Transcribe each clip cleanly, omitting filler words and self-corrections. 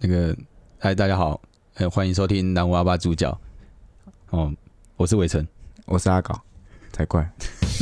那个，嗨，大家好，欢迎收听南无阿爸主角。哦，我是伟成， 我是阿搞，才怪。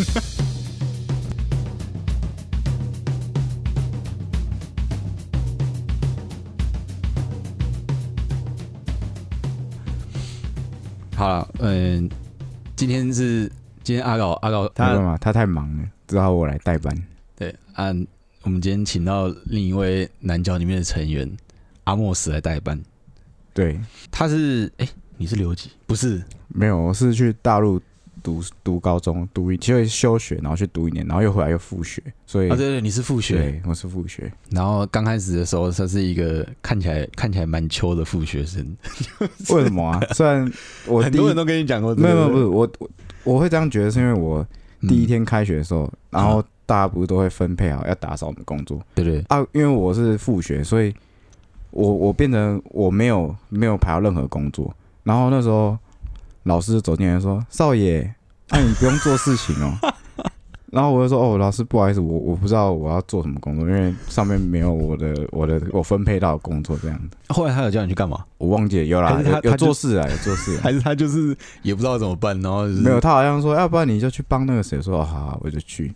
好了，今天阿搞他太忙了，只好我来代班。 对，我们今天请到另一位南角里面的成员阿莫斯来代班。 对， 他是你是留级？不是， 没有，我是去大陆读高中，就休学，然后去读1年，然后又回来又复学，所以对，你是复学， 对，我是复学。 然后刚开始的时候，他是一个看起来蛮秋的复学生。 为什么啊？虽然我很多人都跟你讲过， 没有，不是我会这样觉得，是因为我第一天开学的时候，然后大家不是都会分配好要打扫我们工作， 对对啊，因为我是复学，所以我变成我没有排到任何工作，然后那时候老师走进来说：“少爷，你不用做事情哦。”然后我就说：“哦，老师，不好意思，我不知道我要做什么工作，因为上面没有我分配到的工作这样子。” 后来他有叫你去干嘛？ 我忘记了，有啦，有做事啊，有做事。 还是他就是也不知道怎么办，然后没有，他好像说，要不然你就去帮那个谁。说好，我就去。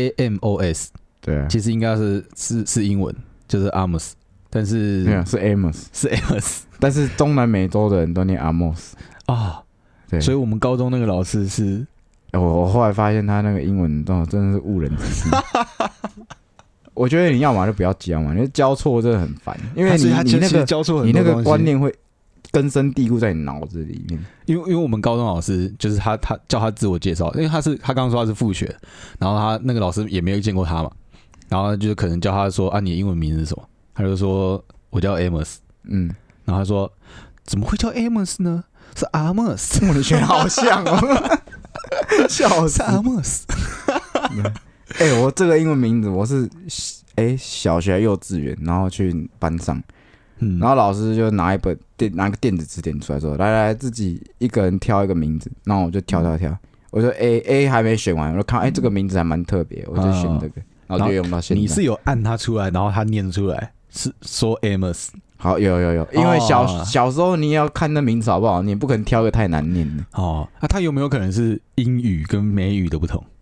AMOS， 对啊， 其实应该是英文，就是 Amos， 但是没有是 Amos， 是 Amos， 但是中南美洲的人都念 Amos 啊。 对， 所以我们高中那个老师是， 我后来发现他那个英文真的是误人子弟。我觉得你要嘛就不要教嘛，你交错真的很烦，因为你那个观念会根深蒂固在你脑子里面。 因为我们高中老师就是他叫他自我介绍，因为他刚刚说他是复学，然后他那个老师也没有见过他嘛，然后就是可能叫他说你的英文名字是什么？他就说我叫 Amos， 然后他说怎么会叫 Amos 呢？是 Amos， 我的学好像哦，笑死 Amos。 我这个英文名字我是小学幼稚园，然后去班上，然后老师就拿个电子词典出来说，来自己一个人挑一个名字，然后我就挑，我说 A 还没选完，我就看这个名字还蛮特别，我就选这个，然后就用到现在。 你是有按他出来，然后他念出来是说 Amos。 好，有，因为小时候你也要看那名字好不好，你不可能挑个太难念的。 他有没有可能是英语跟美语的不同？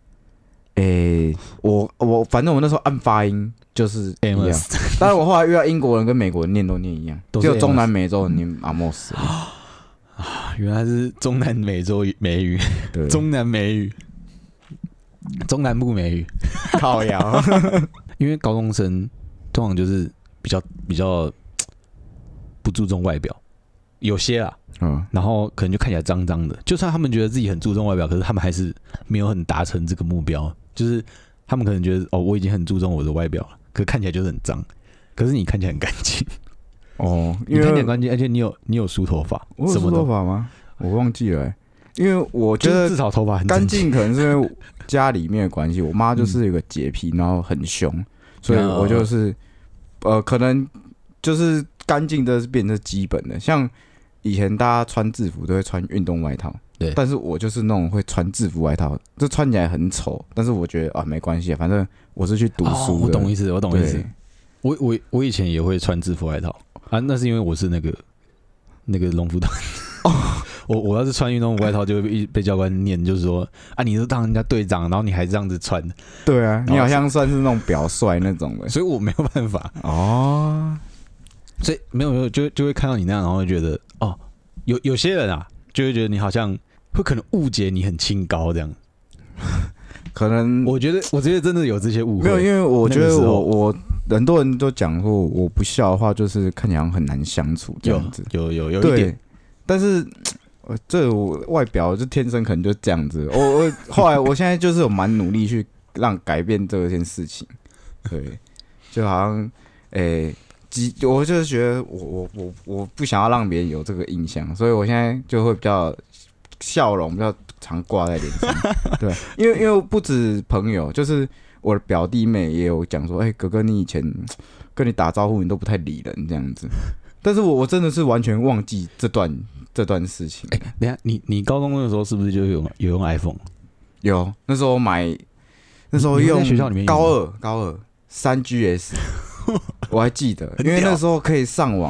我反正我那时候按发音就是一样，但是我后来遇到英国人跟美国人念都念一样，只有中南美洲人念阿莫斯。 原来是中南美洲美语，中南美语，中南部美语， 靠腰。 因为高中生通常就是比较不注重外表，有些啦，然后可能就看起来脏脏的。就算他们觉得自己很注重外表，可是他们还是没有很达成这个目标。就是他们可能觉得我已经很注重我的外表了，可是看起来就是很脏。可是你看起来很干净。你看起来很干净，而且你有梳头发。 我有梳头发吗？我忘记了因为我觉得至少头发很干净，可能是因为家里面的关系。我妈就是有个洁癖，然后很凶，所以我就是可能就是干净的变成基本的。像以前大家穿制服都会穿运动外套，对，但是我就是那种会穿制服外套，这穿起来很丑，但是我觉得没关系，反正我是去读书的。 我懂意思。我以前也会穿制服外套那是因为我是那个龙虎团。我要是穿运动外套，就会被教官念，就是说你是当人家队长，然后你还这样子穿。 对啊，你好像算是那种表率那种的， 所以我没有办法所以没有就会看到你那样，然后会觉得有些人就会觉得你好像会可能误解你很清高这样。 可能我觉得真的有这些误会。 没有，因为我觉得我很多人都讲说我不笑的话，就是看起来很难相处这样子。有一点，但是我外表就天生可能就这样子。我后来我现在就是有蛮努力去改变这件事情。对，就好像我就是觉得我不想要让别人有这个印象，所以我现在就会比较笑容比较常挂在脸上。对，因为不止朋友，就是我的表弟妹也有讲说，哥哥你以前跟你打招呼你都不太理人这样子。但是我真的是完全忘记这段事情。 等一下你高中的时候是不是就有用 iPhone？ 有，那时候用学校里面高二3GS。我还记得，因为那时候可以上网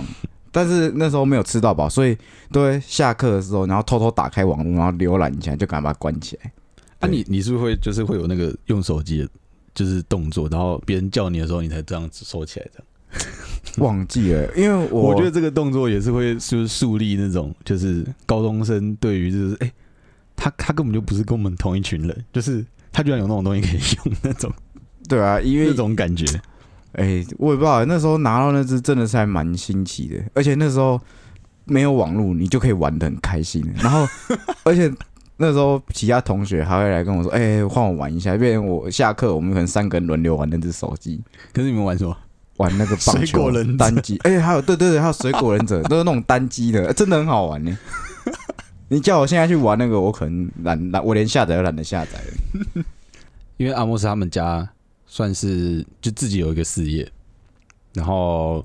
但是那时候没有吃到饱，所以都会下课的时候，然后偷偷打开网络，然后浏览一下，就赶快把它关起来。 啊你是不是会就是会有那个用手机的，就是动作，然后别人叫你的时候，你才这样子收起来的？ 忘记了，因为我觉得这个动作也是会就是树立那种就是高中生对于就是他根本就不是跟我们同一群人，就是他居然有那种东西可以用那种。 对啊，因为那种感觉。 我也不知道，那时候拿到那只真的是还蛮新奇的，而且那时候没有网络，你就可以玩得很开心。然后，而且那时候其他同学还会来跟我说：“换我玩一下。”因为我下课，我们可能3个人轮流玩那只手机。 可是你们玩什么？ 玩那个棒球单机。还有对，还有水果忍者，都是那种单机的，真的很好玩呢。你叫我现在去玩那个，我可能懒，我连下载都懒得下载了。 因为阿莫斯他们家算是就自己有一个事业，然后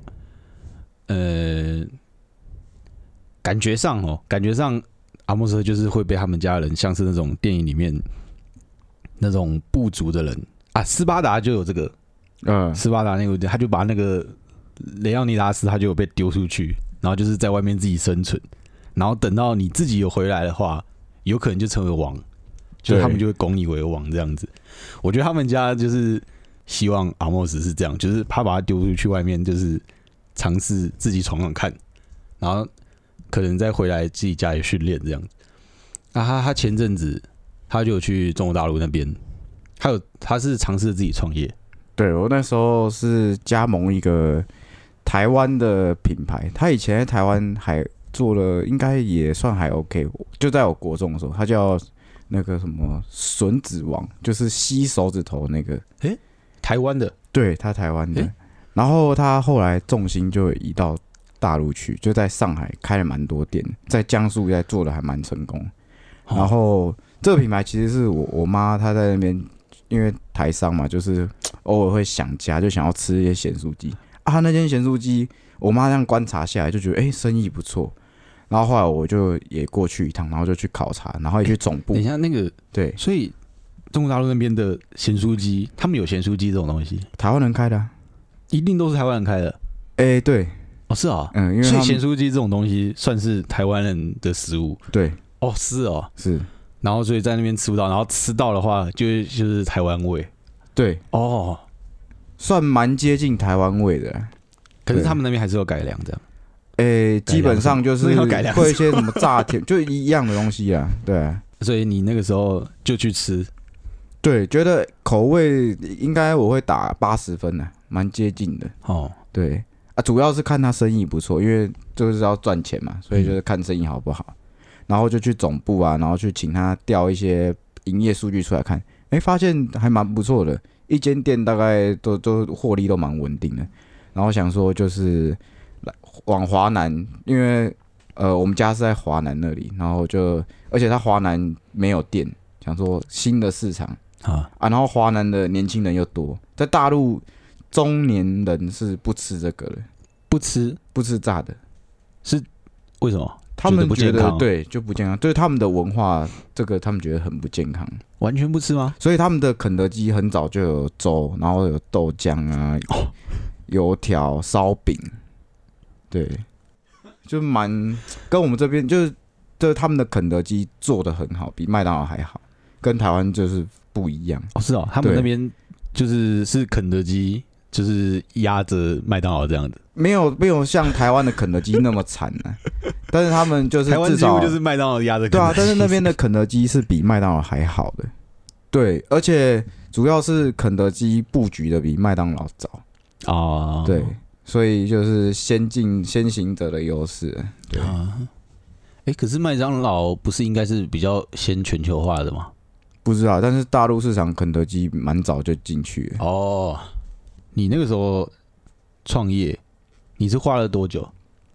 感觉上阿莫斯就是会被他们家人像是那种电影里面那种部族的人啊，斯巴达就有这个，斯巴达那个他就把那个雷奥尼达斯他就有被丢出去，然后就是在外面自己生存，然后等到你自己有回来的话，有可能就成为王，就他们就会拱你为王这样子。我觉得他们家就是希望阿莫斯是这样，就是他把他丢出去外面，就是尝试自己闯闯看，然后可能再回来自己家里训练这样子。那他前阵子他就有去中国大陆那边，他是尝试自己创业。 对，我那时候是加盟一个台湾的品牌，他以前在台湾还做了，应该也算还 OK。就在我国中的时候，他叫那个什么吮指王，就是吸手指头那个。 台湾的？对， 他台湾的。然后他后来重心就移到大陆去，就在上海开了蛮多店，在江苏也做的还蛮成功。然后这个品牌其实是我妈她在那边，因为台商嘛，就是偶尔会想家，就想要吃一些咸酥鸡啊。那间咸酥鸡，我妈这样观察下来就觉得生意不错。然后后来我就也过去一趟，然后就去考察，然后也去总部。 等一下，那个对， 所以中国大陆那边的咸酥鸡，他们有咸酥鸡这种东西？ 台湾人开的一定都是台湾人开的。 对， 是啊， 因为所以咸酥鸡这种东西算是台湾人的食物。 对， 是。 然后所以在那边吃不到，然后吃到的话就是台湾味。 对，算蛮接近台湾味的。 可是他们那边还是有改良这样。 基本上就是会一些什么炸甜，就一样的东西啊。对， 所以你那个时候就去吃， 对，觉得口味应该我会打80分呢，蛮接近的。对啊，主要是看他生意不错，因为就是要赚钱嘛，所以就是看生意好不好。然后就去总部啊，然后去请他调一些营业数据出来看，发现还蛮不错的，一间店大概都获利都蛮稳定的。然后想说就是往华南，因为我们家是在华南那里，然后而且他华南没有店，想说新的市场然后华南的年轻人又多，在大陆中年人是不吃这个的，不吃炸的， 是为什么？ 他们觉得对就不健康，对他们的文化，这个他们觉得很不健康， 完全不吃吗？ 所以他们的肯德基很早就有粥，然后有豆浆啊、油条、烧饼，对，就蛮跟我们这边就是他们的肯德基做的很好，比麦当劳还好，跟台湾就是不一样。 是他们那边是肯德基。就是压着麦当劳这样子， 没有像台湾的肯德基那么惨但是他们就是台湾几乎就是麦当劳压着肯德基。 对啊，但是那边的肯德基是比麦当劳还好的，对，而且主要是肯德基布局的比麦当劳早对，所以就是先行者的优势，对可是麦当劳不是应该是比较先全球化的吗？ 不知道，但是大陆市场肯德基蛮早就进去了。 你那个时候创业，你是花了多久？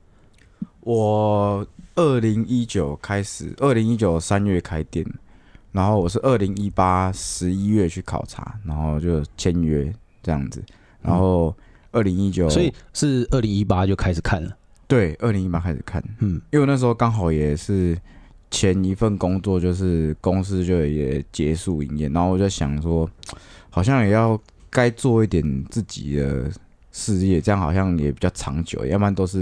我2019开始，2019 3月开店，然后我是2018 11月去考察，然后就签约这样子，然后2019， 所以是2018就开始看了。 对，2018开始看，因为我那时候刚好也是前一份工作，就是公司就也结束营业，然后我就想说，好像也要。该做一点自己的事业，这样好像也比较长久，要不然都是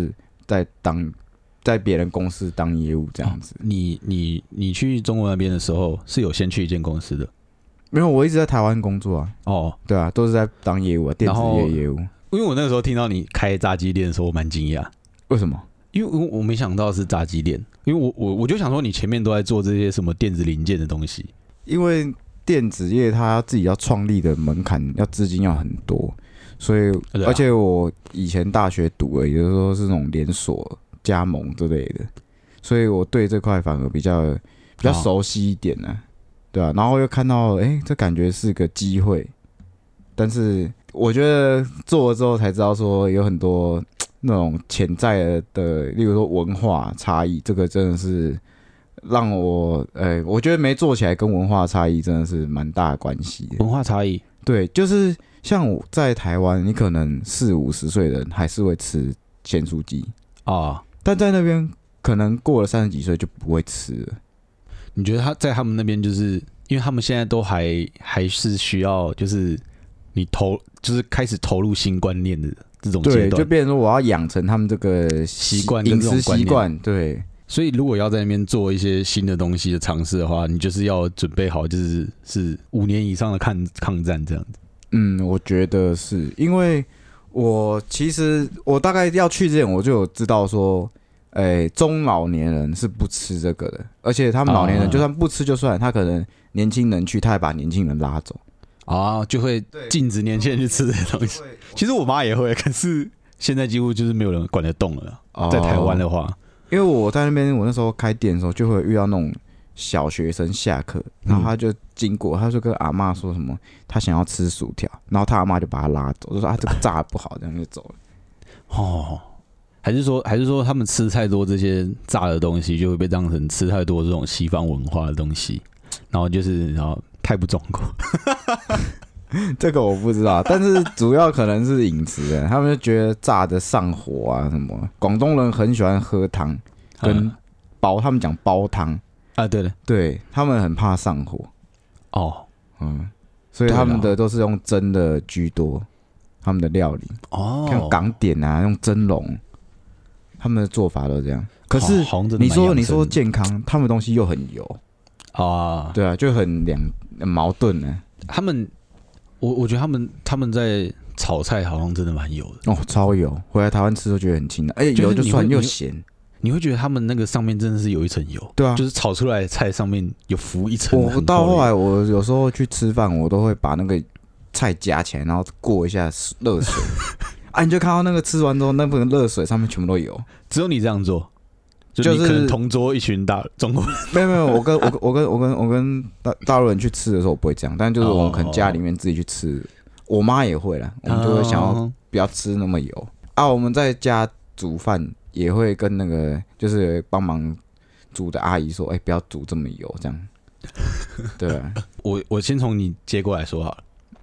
在别人公司当业务这样子。 你去中国那边的时候是有先去一间公司的？ 没有，我一直在台湾工作啊。 哦， 对啊，都是在当业务啊，电子业业务。 因为我那个时候听到你开炸鸡店的时候，我蛮惊讶。 为什么？ 因为我没想到是炸鸡店，因为我就想说你前面都在做这些什么电子零件的东西。 因为电子业它自己要创立的门槛要资金要很多，所以而且我以前大学读的，也就是说是那种连锁加盟之类的，所以我对这块反而比较熟悉一点呢、啊。对啊，然后又看到，这感觉是个机会，但是我觉得做了之后才知道说有很多那种潜在的，例如说文化差异，这个真的是让我，我觉得没做起来跟文化差异真的是蛮大的关系的。 文化差异， 对，就是像我在台湾，你可能40-50岁的人还是会吃咸酥鸡啊，但在那边可能过了30几岁就不会吃了。 你觉得在他们那边，就是因为他们现在都还是需要，就是就是开始投入新观念的这种阶段， 对，就变成说我要养成他们这个习惯、 饮食习惯，对。 所以如果要在那边做一些新的东西的尝试的话，你就是要准备好，是5年以上的抗战这样子。 我觉得是因为其实我大概要去之前我就有知道说。中老年人是不吃这个的，而且他们老年人就算不吃就算，他可能年轻人去，他还把年轻人拉走啊，就会禁止年轻人去吃这些东西。其实我妈也会，可是现在几乎就是没有人管得动了。在台湾的话， 因为我在那边，我那时候开店的时候，就会遇到那种小学生下课，然后他就经过，他就跟阿嬷说什么，他想要吃薯条，然后他阿嬷就把他拉走，就说这个炸得不好，这样就走了。 哦。还是说他们吃太多这些炸的东西，就会被当成吃太多这种西方文化的东西，然后太不中国。 这个我不知道，但是主要可能是饮食的，他们就觉得炸的上火啊什么。广东人很喜欢喝汤，跟他们讲煲汤啊，对的， 对他们很怕上火哦， 所以他们的都是用蒸的居多，他们的料理哦，像港点啊，用蒸笼。他们的做法都这样，可是你说健康，他们东西又很油啊，对啊，就很矛盾呢。 我觉得他们在炒菜好像真的蛮油的哦，超油。回来台湾吃都觉得很清的，油就算又咸。 你会觉得他们那个上面真的是有一层油， 对啊， 就是炒出来的菜上面有浮一层。 我到后来，我有时候去吃饭，我都会把那个菜夹起来，然后过一下热水。你就看到那个吃完之后，那盆热水上面全部都有。 只有你这样做，就是你可能同桌一群中国人。 没有，我跟大陆人去吃的时候我不会这样，但就是我们可能家里面自己去吃，我妈也会啦，我们就会想要不要吃那么油啊。我们在家煮饭也会跟那个就是帮忙煮的阿姨说，不要煮这么油，这样。对啊， 我先从你接过来说好了。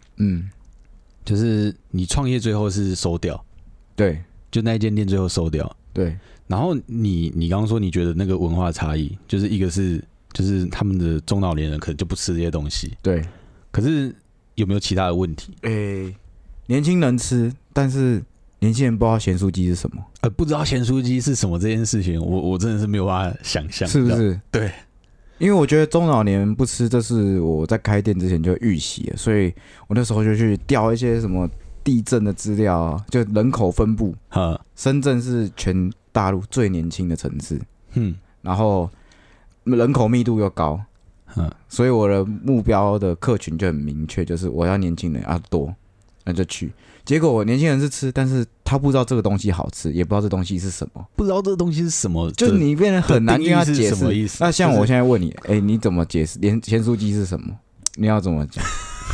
就是你创业最后是收掉， 对， 就那一间店最后收掉， 对。 然后你刚刚说你觉得那个文化差异，就是一个是就是他们的中老年人可能就不吃这些东西， 对。 可是有没有其他的问题？ 年轻人吃，但是年轻人不知道咸酥鸡是什么， 不知道咸酥鸡是什么这件事情，我真的是没有办法想象， 是不是？ 对。 因为我觉得中老年人不吃，这是我在开店之前就预习了，所以我那时候就去调一些什么地震的资料，就人口分布。深圳是全大陆最年轻的城市，然后人口密度又高，所以我的目标的客群就很明确，就是我要年轻人要多，那就去。结果我年轻人是吃，但是他不知道这个东西好吃，也不知道这东西是什么， 不知道这个东西是什么， 就你变得很难跟他解释什么意思。 那像我现在问你，你怎么解释咸酥鸡是什么？你要怎么讲？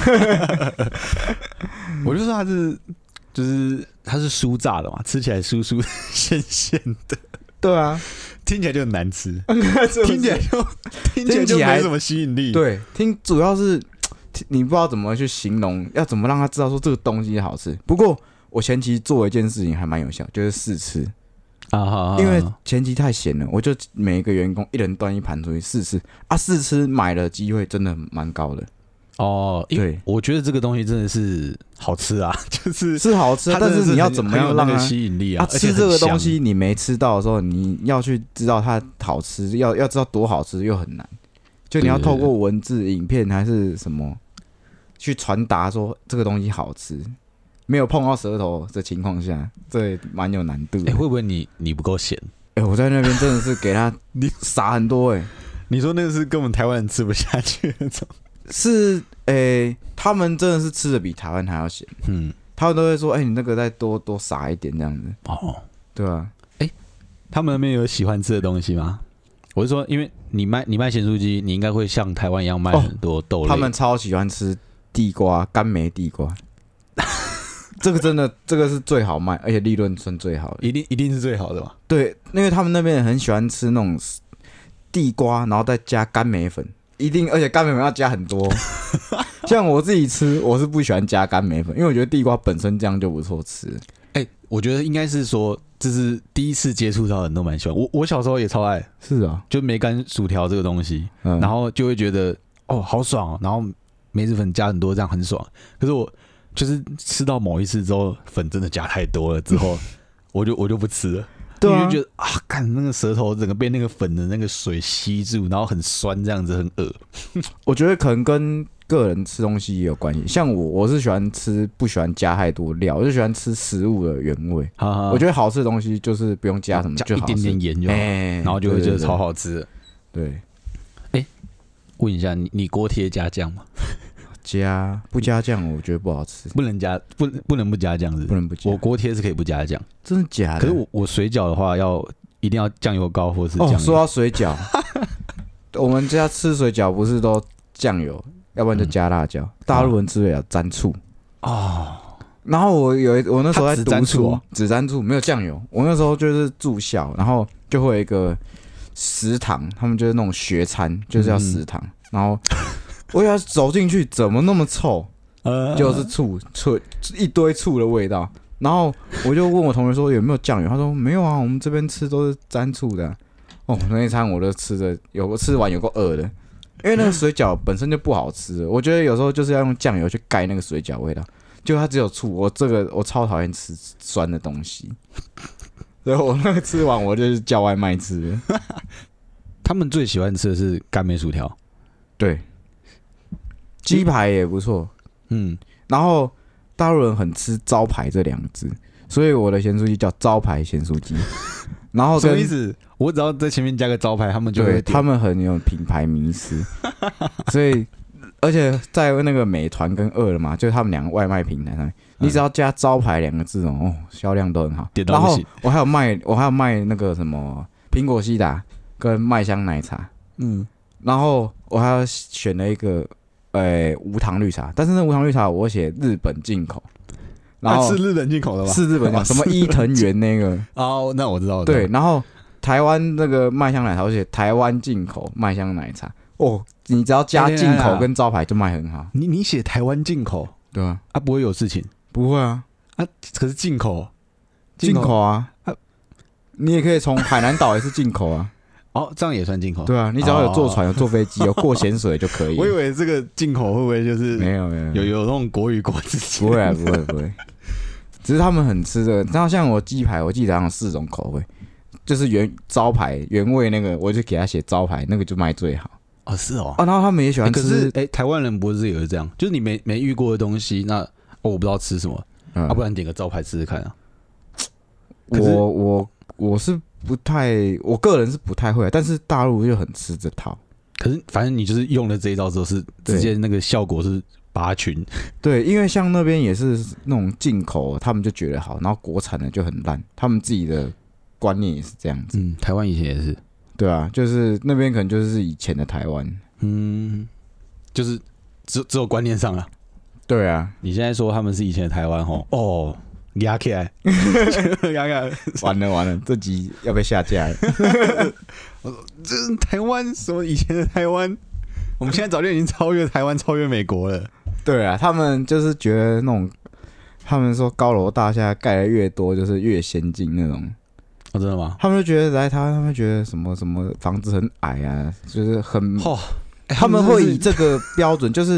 我就说它是酥炸的嘛，吃起来酥酥鲜鲜的。 对啊， 听起来就很难吃，听起来就没什么吸引力。 对，主要是。你不知道怎么去形容，要怎么让他知道说这个东西好吃。不过我前期做一件事情还蛮有效，就是试吃啊，因为前期太闲了，我就每一个员工一人端一盘出去试吃啊，试吃买的机会真的蛮高的哦，对，我觉得这个东西真的是好吃啊， 是好吃，但是你要怎么样让它吸引力啊？ 吃这个东西你没吃到的时候，你要去知道它好吃，要知道多好吃又很难。就你要透过文字、影片还是什么去传达说这个东西好吃，没有碰到舌头的情况下，这蛮有难度的。 会不会你不够咸？ 我在那边真的是给他撒很多你说那个是根本台湾人吃不下去的那种。 是他们真的是吃的比台湾还要咸。他们都会说，你那个再多撒一点这样子。哦，对啊。 他们那边有喜欢吃的东西吗？我是说，因为你卖咸酥鸡，你应该会像台湾一样卖很多豆类。 他们超喜欢吃地瓜，甘梅地瓜。这个真的，这个是最好卖，而且利润算最好的。 一定是最好的嘛？ 对，因为他们那边人很喜欢吃那种地瓜，然后再加甘梅粉。一定，而且甘梅粉要加很多。像我自己吃，我是不喜欢加甘梅粉，因为我觉得地瓜本身这样就不错吃。 我觉得应该是说，这是第一次接触到的人都蛮喜欢。我小时候也超爱。 是啊， 就梅干薯条这个东西，然后就会觉得好爽哦，然后梅子粉加很多，这样很爽。可是我就是吃到某一次之后，粉真的加太多了之后，我就不吃了。对啊，就觉得干那个舌头整个被那个粉的那个水吸住，然后很酸，这样子很恶。 我觉得可能跟个人吃东西也有关系。像我是喜欢吃，不喜欢加太多料，我就喜欢吃食物的原味。我觉得好吃的东西就是不用加什么，就一点点盐就好，然后就会觉得超好吃。 对， 问一下你锅贴加酱吗？ 不加酱，我觉得不好吃。 不能加，不能不加酱是？ 不能不加。 我锅贴是可以不加酱， 真的假的？ 可是我水饺的话，一定要酱油膏或是酱油。 说到水饺，我们家吃水饺不是都酱油，要不然就加辣椒。大陆人吃水饺沾醋然后我那时候在读书，只沾醋没有酱油。我那时候就是住校，然后就会有一个食堂，他们就是那种学餐，就是叫食堂，然后。我要走进去，怎么那么臭？就是醋，一堆醋的味道。然后我就问我同学说有没有酱油，他说没有啊，我们这边吃都是沾醋的。那一餐我都吃完有够饿的，因为那个水饺本身就不好吃。我觉得有时候就是要用酱油去盖那个水饺味道，就它只有醋。我超讨厌吃酸的东西，所以我那个吃完我就是叫外卖吃。 他们最喜欢吃的是甘梅薯条， 对。鸡排也不错，然后大陆人很吃招牌这两个字，所以我的咸酥鸡叫招牌咸酥鸡。然后什么意思？我只要在前面加个招牌，他们就会对他们很有品牌迷思，所以而且在那个美团跟饿了么，就是他们两个外卖平台上面，你只要加招牌两个字销量都很好。然后我还有卖那个什么苹果西打跟麦香奶茶，然后我还要选了一个。无糖绿茶，但是那无糖绿茶我写日本进口， 然后是日本进口的吧？ 是日本进口，什么伊藤园那个那我知道。 对，然后台湾那个麦香奶茶，我写台湾进口麦香奶茶。你只要加进口跟招牌就卖很好。 你写台湾进口， 对啊， 不会有事情？ 不会啊， 可是进口啊，你也可以从海南岛也是进口啊。 这样也算进口？ 对啊，你只要有坐船、有坐飞机、有过咸水就可以。 我以为这个进口会不会就是没有那种国语国字？ 不会不会，只是他们很吃这个。然后像我鸡排，我记得好像4种口味，就是招牌原味那个，我就给他写招牌，那个就卖最好。 是哦。 然后他们也喜欢吃。 可是台湾人不是也是这样？就是你没遇过的东西，那我不知道吃什么，不然点个招牌吃吃看啊。 我是。我个人是不太会，但是大陆就很吃这套。 可是反正你就是用了这一招之后，是直接那个效果是拔群。 对，因为像那边也是那种进口，他们就觉得好，然后国产的就很烂，他们自己的观念也是这样子。 台湾以前也是。 对啊，就是那边可能就是以前的台湾。 就是只有观念上了。 对啊， 你现在说他们是以前的台湾压起来，压起来， 完了，这集要被下架了。 这是台湾什么以前的台湾？我们现在早就已经超越台湾、超越美国了。 对啊，他们就是觉得那种，他们说高楼大厦盖的越多，就是越先进那种。 真的吗？ 他们就觉得他们觉得什么房子很矮啊，就是很他们会以这个标准，就是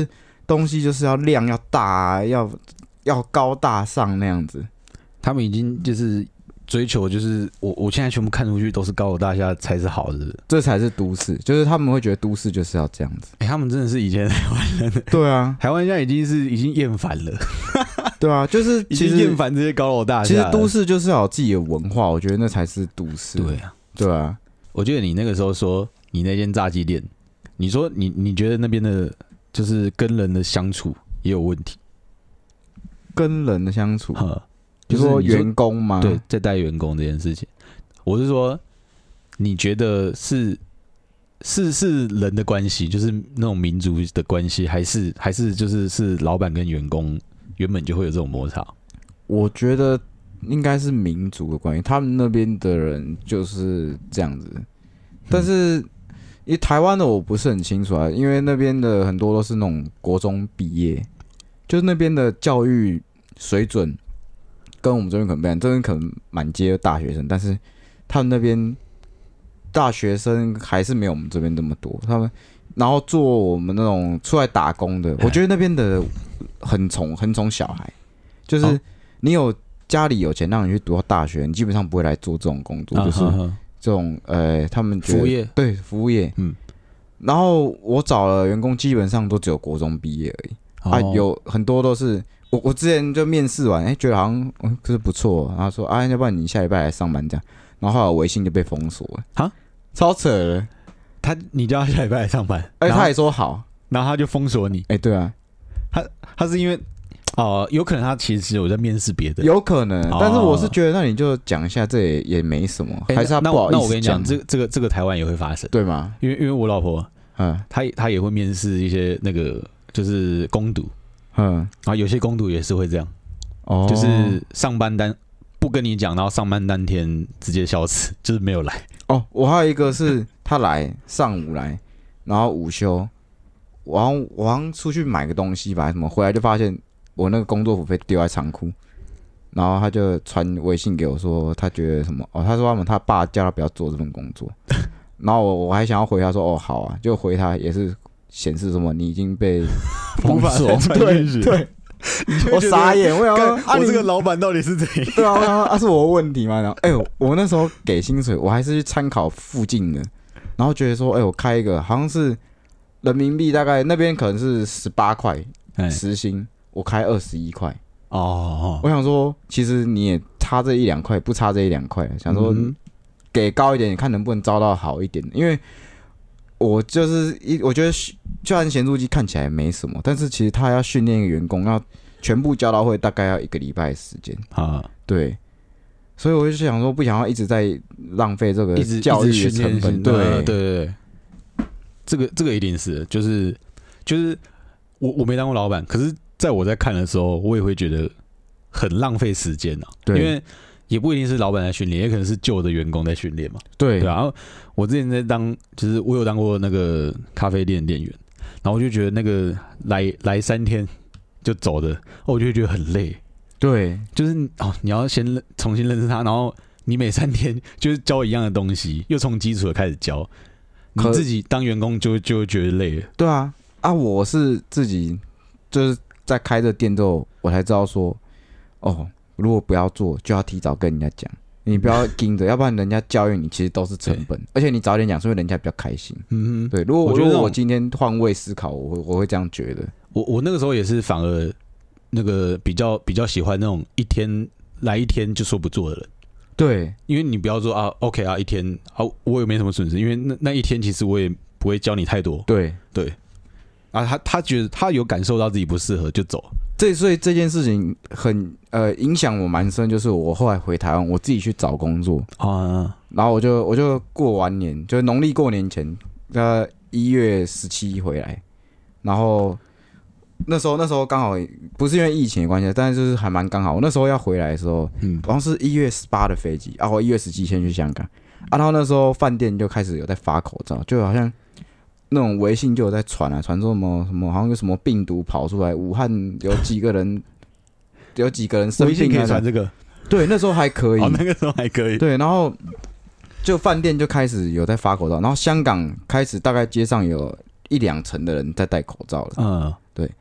东西就是要量要大，要高大上那样子。 他们已经就是追求，就是我现在全部看出去都是高楼大厦才是好的， 这才是都市，就是他们会觉得都市就是要这样子。 他们真的是以前台湾人， 对啊， 台湾现在已经厌烦了。 对啊，就是已经厌烦这些高楼大厦。 其实都市就是要有自己的文化，我觉得那才是都市。 对啊， 对啊。 我记得你那个时候说，你那间炸鸡店，你说你觉得那边的，就是跟人的相处也有问题。 跟人的相处，就是说员工吗？ 对，在带员工这件事情，我是说，你觉得是人的关系，就是那种民族的关系，还是就是老板跟员工原本就会有这种摩擦？ 我觉得应该是民族的关系，他们那边的人就是这样子。但是，因为台湾的我不是很清楚啊，因为那边的很多都是那种国中毕业，就是那边的教育水准跟我们这边可能不一样，这边可能满街大学生，但是他们那边大学生还是没有我们这边那么多。他们然后做我们那种出来打工的，我觉得那边的很宠小孩，就是你有家里有钱让你去读到大学，你基本上不会来做这种工作，就是这种他们觉得服务业， 对服务业，然后我找了员工，基本上都只有国中毕业而已，有很多都是我之前就面试完，觉得好像就是不错，然后说要不然你下礼拜来上班这样，然后后来微信就被封锁了，哈，超扯的。 你叫他下礼拜来上班， 他也说好， 然后他就封锁你， 对啊， 他是因为。有可能他其实有在面试别的， 有可能，但是我是觉得，那你就讲一下，这也没什么，还是他不好意思讲。 那我跟你讲，这个台湾也会发生， 对吗？ 因为我老婆，她也会面试一些那个就是工读，然后有些工读也是会这样，就是上班单不跟你讲，然后上班当天直接消失，就是没有来。 我还有一个是他来上午来，然后午休，我好像出去买个东西吧，什么回来就发现。我那个工作服被丢在仓库，然后他就传微信给我说，他觉得什么他说他爸叫他不要做这份工作，然后我还想要回他说好啊，就回他也是显示什么你已经被封锁，对，我傻眼，我想说我这个老板到底是怎样？ 对啊，是我的问题吗？然后我那时候给薪水，我还是去参考附近的，然后觉得说我开一个好像是人民币大概那边可能是18块时薪。我开21块我想说，其实你也差这1-2块，不差这1-2块，想说给高一点，看能不能招到好一点。因为我觉得就算咸猪鸡看起来没什么，但是其实他要训练一个员工，要全部教到会，大概要1个礼拜的时间对，所以我就想说，不想要一直在浪费这个教育的成本。 对，这个一定是，就是我没当过老板，可是。在我在看的时候，我也会觉得很浪费时间因为也不一定是老板在训练，也可能是旧的员工在训练嘛。对啊，然后我之前在就是我有当过那个咖啡店店员，然后我就觉得那个来3天就走的，我就会觉得很累。对，就是你要先重新认识他，然后你每3天就是教一样的东西，又从基础的开始教，你自己当员工就会觉得累了。 对啊，我是自己就是。在开这店之后，我才知道说，如果不要做，就要提早跟人家讲，你不要盯着，要不然人家教育你其实都是成本，而且你早点讲，是因为人家比较开心。对。如果我今天换位思考，我会这样觉得。 我那个时候也是反而那个比较喜欢那种一天就说不做的人。对，因为你不要说OK 一天我也没什么损失，因为那一天其实我也不会教你太多。对。他觉得他有感受到自己不适合就走， 所以这件事情很影响我蛮深，就是我后来回台湾，我自己去找工作然后我就过完年，就是农历过年前，1月17回来，然后那时候刚好不是因为疫情的关系，但是就是还蛮刚好，我那时候要回来的时候，好像是1月18的飞机，我1月17先去香港然后那时候饭店就开始有在发口罩，就好像。那种微信就有在传说什么，好像有什么病毒跑出来，武汉有几个人生病。 微信可以传这个？ 对，那时候还可以。 那个时候还可以。 对，然后就饭店就开始有在发口罩，然后香港开始大概街上有1-2成的人在戴口罩了。对，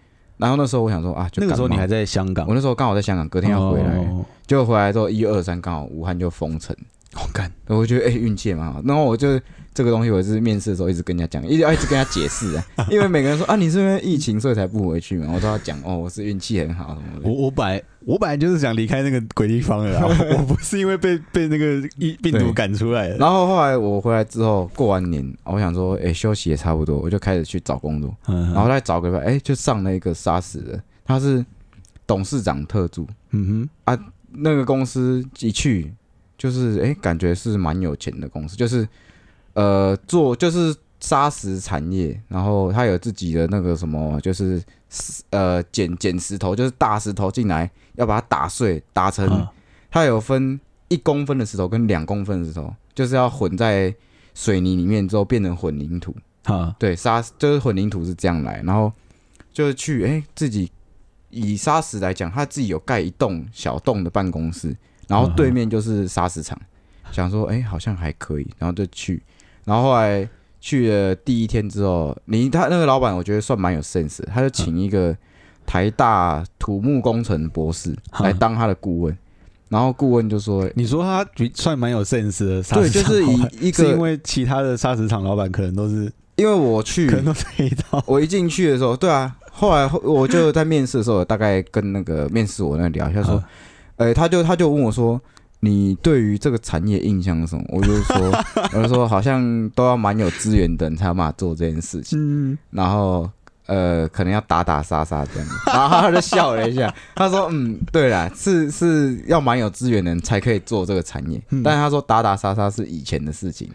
然后那时候我想说啊，就那个时候你还在香港， 我那时候刚好在香港，隔天要回来，结果回来之后1月23刚好武汉就封城，我觉得运气也蛮好。然后我就这个东西，我是面试的时候一直跟人家讲，一直跟人家解释啊，因为每个人说啊，你是因为疫情所以才不回去嘛，我都要讲我是运气很好什么的。 我本来就是想离开那个鬼地方的啦，我不是因为被那个病毒赶出来的。 然后后来我回来之后，过完年，我想说，休息也差不多，我就开始去找工作。然后再找个就上了一个SaaS的，他是董事长特助。那个公司一去就是感觉是蛮有钱的公司，就是做就是SaaS产业，然后他有自己的那个什么，就是捡石头，就是大石头进来要把它打碎，打成它有分1公分的石头跟2公分的石头，就是要混在水泥里面之后变成混凝土。对，就是混凝土是这样来，然后就去自己以SaaS来讲，他自己有盖一栋小栋的办公室，然后对面就是SaaS厂，想说好像还可以，然后就去，然后后来去了第1天之后，他那个老板我觉得算蛮有 sense 的，他就请一个台大土木工程博士来当他的顾问，然后顾问就说：“ 你说他算蛮有 sense 的， 对，就是以一个是因为其他的SaaS厂老板可能都是因为我去可能都是黑道， 我一进去的时候，对啊，后来我就在面试的时候，大概跟那个面试我那聊一下说，他就问我说。”你对于这个产业印象是什么？我就说好像都要蛮有资源的人才有办法做这件事情，然后可能要打打杀杀这样子，然后他就笑了一下，他说对啦，是要蛮有资源的人才可以做这个产业，但是他说打打杀杀是以前的事情，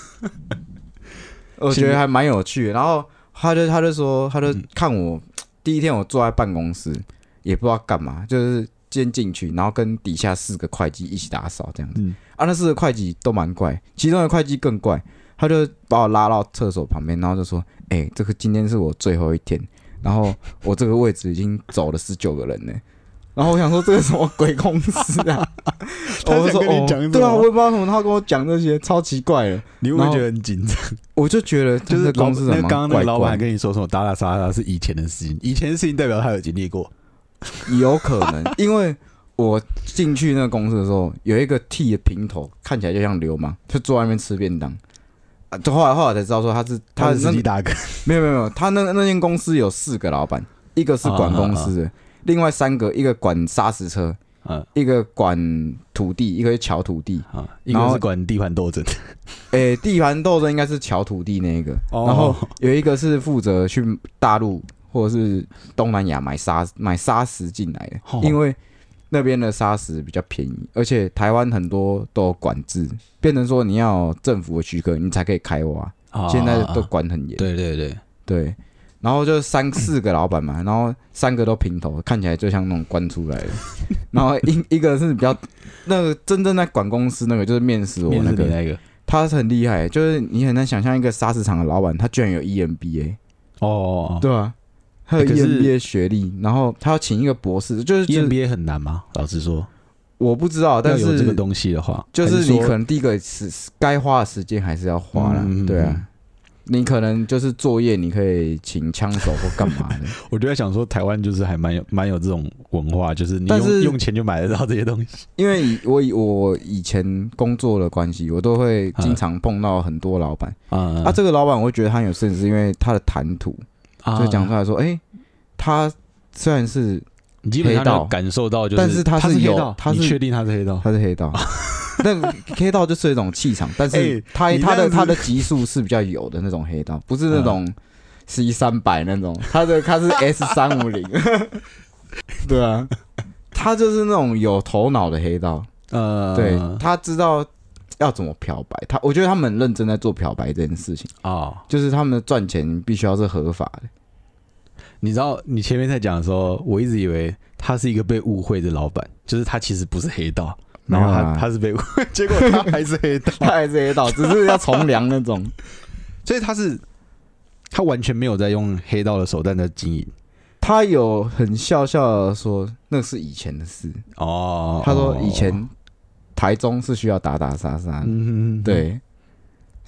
我觉得还蛮有趣的。然后他就说，他就看我第1天我坐在办公室也不知道干嘛，就是先进去，然后跟底下4个会计一起打扫这样子。那4个会计都蛮怪，其中的会计更怪，他就把我拉到厕所旁边，然后就说：“这个今天是我最后1天，然后我这个位置已经走了19个人了。”然后我想说这个什么鬼公司啊？ 他想跟你讲什么？ 对啊，我也不知道什么，他跟我讲这些超奇怪的。 你会不会觉得很紧张？ 我就觉得就是公司刚刚那个老板跟你说什么打打杀杀是以前的事情，以前的事情代表他有经历过。 有可能，因为我进去那个公司的时候，有一个剃的平头，看起来就像流氓，就坐在那边吃便当。后来才知道说他是司机大哥。没有，他那间公司有4个老板，一个是管公司的，另外3个，一个管砂石车，一个管土地，一个是桥土地， 一个是管地盘斗争。 地盘斗争应该是桥土地那个，然后有一个是负责去大陆。或者是东南亚买砂石进来的，因为那边的砂石比较便宜，而且台湾很多都有管制，变成说你要有政府的许可你才可以开挖，现在都管很严。对，然后就4个老板嘛，然后3个都平头，看起来就像那种关出来的。然后一个是比较那个真正在管公司那个，就是面试我那个，他是很厉害，就是你很难想象一个砂石厂的老板，他居然有 EMBA。对啊。他有 EMBA 学历，然后他要请一个博士，就是 EMBA 很难吗？老实说， 我不知道，但是要有这个东西的话， 就是你可能第一个该花的时间还是要花啦，对啊。你可能就是作业，你可以请枪手或干嘛的。 我就在想说，台湾就是还蛮有这种文化，就是你用钱就买得到这些东西。因为我以前工作的关系，我都会经常碰到很多老板这个老板我会觉得他有甚至因为他的谈吐。就讲出来说，他虽然是黑道， 感受到， 但是他是黑道， 你确定他是黑道？ 他是黑道，但黑道就是一种气场，但是他的级数是比较有的那种黑道，不是那种 C300那种，他是 S350，对啊，他就是那种有头脑的黑道，对，他知道。要怎么漂白？我觉得他们很认真在做漂白这件事情就是他们的赚钱必须要是合法的。 你知道，你前面在讲的时候，我一直以为他是一个被误会的老板，就是他其实不是黑道，然后他是被误会，结果他还是黑道， 他还是黑道，只是要从良那种。 所以他完全没有在用黑道的手段在经营。 他有很笑笑的说，那是以前的事他说以前。台中是需要打打杀杀，对，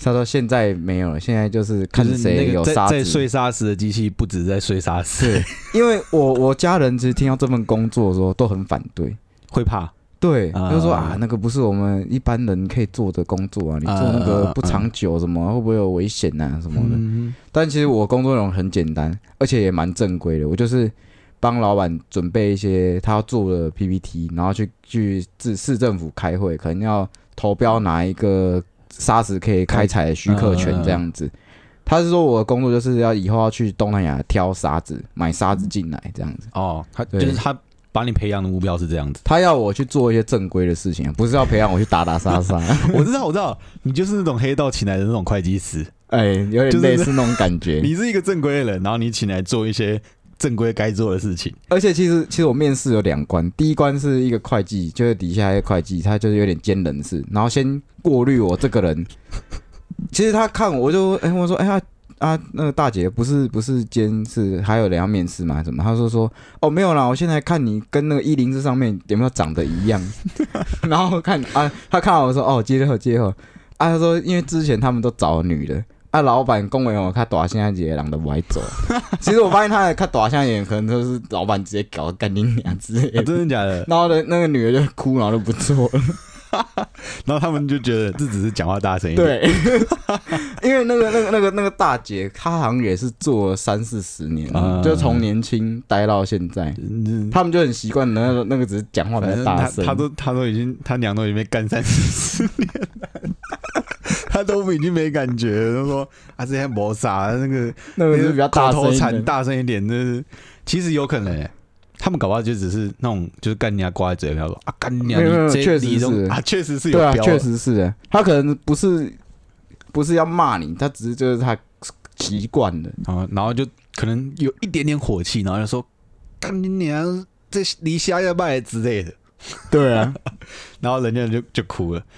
他说现在没有了，现在就是看谁有沙子。 在碎沙石的机器不止在碎沙石， 对，因为我家人其实听到这份工作的时候都很反对， 会怕。 对，就说啊，那个不是我们一般人可以做的工作啊，你做那个不长久，什么会不会有危险啊什么的。但其实我工作内容很简单，而且也蛮正规的。我就是帮老板准备一些他要做的 PPT， 然后去市政府开会，可能要投标哪一个沙石可以开采的许可权这样子。他是说我的工作就是要以后要去东南亚挑沙子，买沙子进来这样子。 哦，就是他把你培养的目标是这样子， 他要我去做一些正规的事情，不是要培养我去打打杀杀。 我知道，你就是那种黑道请来的那种会计师， 有点类似那种感觉。 你是一个正规的人，然后你请来做一些正规该做的事情。 而且其实我面试有2关，第一关是一个会计，就是底下一个会计，他就是有点兼人事，然后先过滤我这个人。其实他看我就我说那个大姐不是监事，还有人要面试吗？还是什么？他说哦没有啦，我现在看你跟那个104上面有没有长得一样，然后看他看到我说哦接合他说因为之前他们都找女的老板讲的看大声一个人都不爱走。其实我发现他看大声一点，可能都是老板直接搞干你娘之类的。 真的假的？ 然后那个女的就哭，然后就不做了。 然后他们就觉得这只是讲话大声一点。 对，因为那个大姐，她好像也是做了30-40年，就从年轻待到现在，他们就很习惯那个只是讲话比较大声。 他娘都已经被干30-40年了，他都已经没感觉了。他说这些没啥，那个是比较大声一点， 大声一点，就是其实有可能他们搞不好就只是那种，就是干人家挂在嘴边说干人家， 确实是确实是有标， 确实是的。他可能不是要骂你，他只是就是他习惯了， 然后就可能有一点点火气，然后就说干你娘，这离瞎要拜之类的。 对啊， 然后人家就哭了。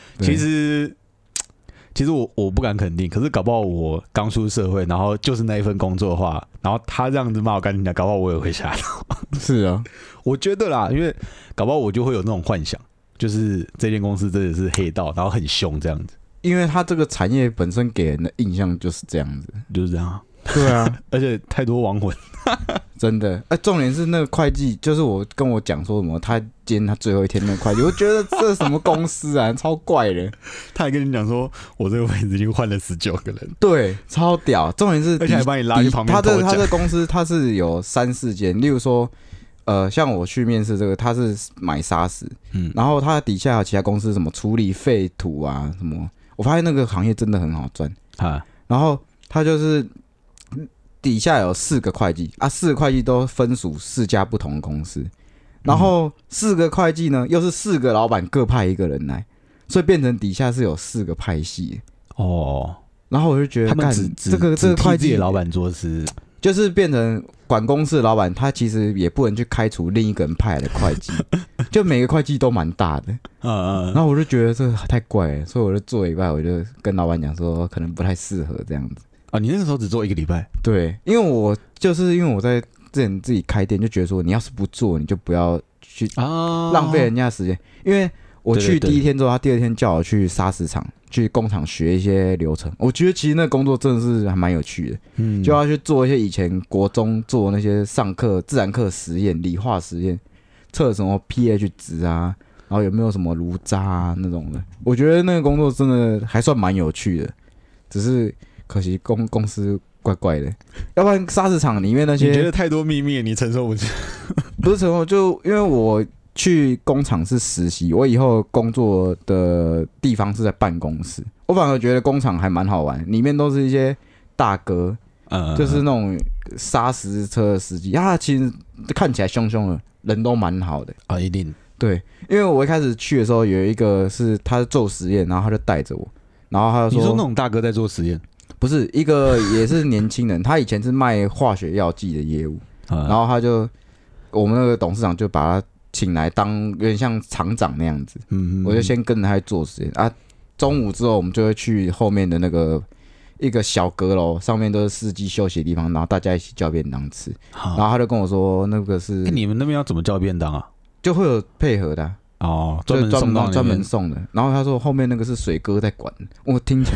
其实我不敢肯定，可是搞不好我刚出社会，然后就是那一份工作的话，然后他这样子骂我干你娘，搞不好我也会吓到。 是啊， 我觉得啦，因为搞不好我就会有那种幻想，就是这间公司真的是黑道，然后很凶这样子。 因为他这个产业本身给人的印象就是这样子， 就是这样。 对啊， 而且太多亡魂， 真的。重点是那个会计，就是跟我讲说什么，他今天他最后一天那个会计，我觉得这是什么公司啊，超怪的。 他还跟你讲说，我这个位置已经换了19个人， 对，超屌。重点是， 而且还把你拉去旁边偷奖。 他这公司他是有3-4间，例如说，像我去面试这个，他是买沙石，然后他底下有其他公司什么处理废土啊什么，我发现那个行业真的很好赚啊。然后他就是底下有4个会计4个会计都分属4家不同的公司，然后4个会计呢又是4个老板各派1个人来，所以变成底下是有4个派系哦。然后我就觉得， 他们这个会计的老板做事， 就是变成管公司的老板，他其实也不能去开除另一个人派来的会计，就每个会计都蛮大的。然后我就觉得这太怪了，所以我就做一半，我就跟老板讲说，可能不太适合这样子。 你那个时候只做1个礼拜？ 对，因为我在之前自己开店，就觉得说你要是不做，你就不要去浪费人家的时间。因为我去第1天之后，他第2天叫我去砂石场、去工厂学一些流程。我觉得其实那个工作真的是还蛮有趣的，就要去做一些以前国中做那些上课自然课实验、理化实验，测什么 pH 值啊，然后有没有什么炉渣啊那种的。我觉得那个工作真的还算蛮有趣的，只是可惜公司怪怪的，要不然砂石场里面那些你觉得太多秘密，你承受不起。 不是承受，就因为我去工厂是实习，我以后工作的地方是在办公室。我反而觉得工厂还蛮好玩，里面都是一些大哥，就是那种砂石车的司机其实看起来凶凶的，人都蛮好的啊，一定对。因为我一开始去的时候，有一个是他做实验，然后他就带着我，然后他就说：“ 你说那种大哥在做实验？” 不是，一个也是年轻人，他以前是卖化学药剂的业务，然后我们那个董事长就把他请来当有点像厂长那样子，我就先跟着他做实验中午之后我们就会去后面的那个一个小阁楼，上面都是司机休息的地方，然后大家一起叫便当吃，然后他就跟我说那个是你们那边要怎么叫便当啊？ 就会有配合的专门送的，然后他说后面那个是水哥在管，我听起来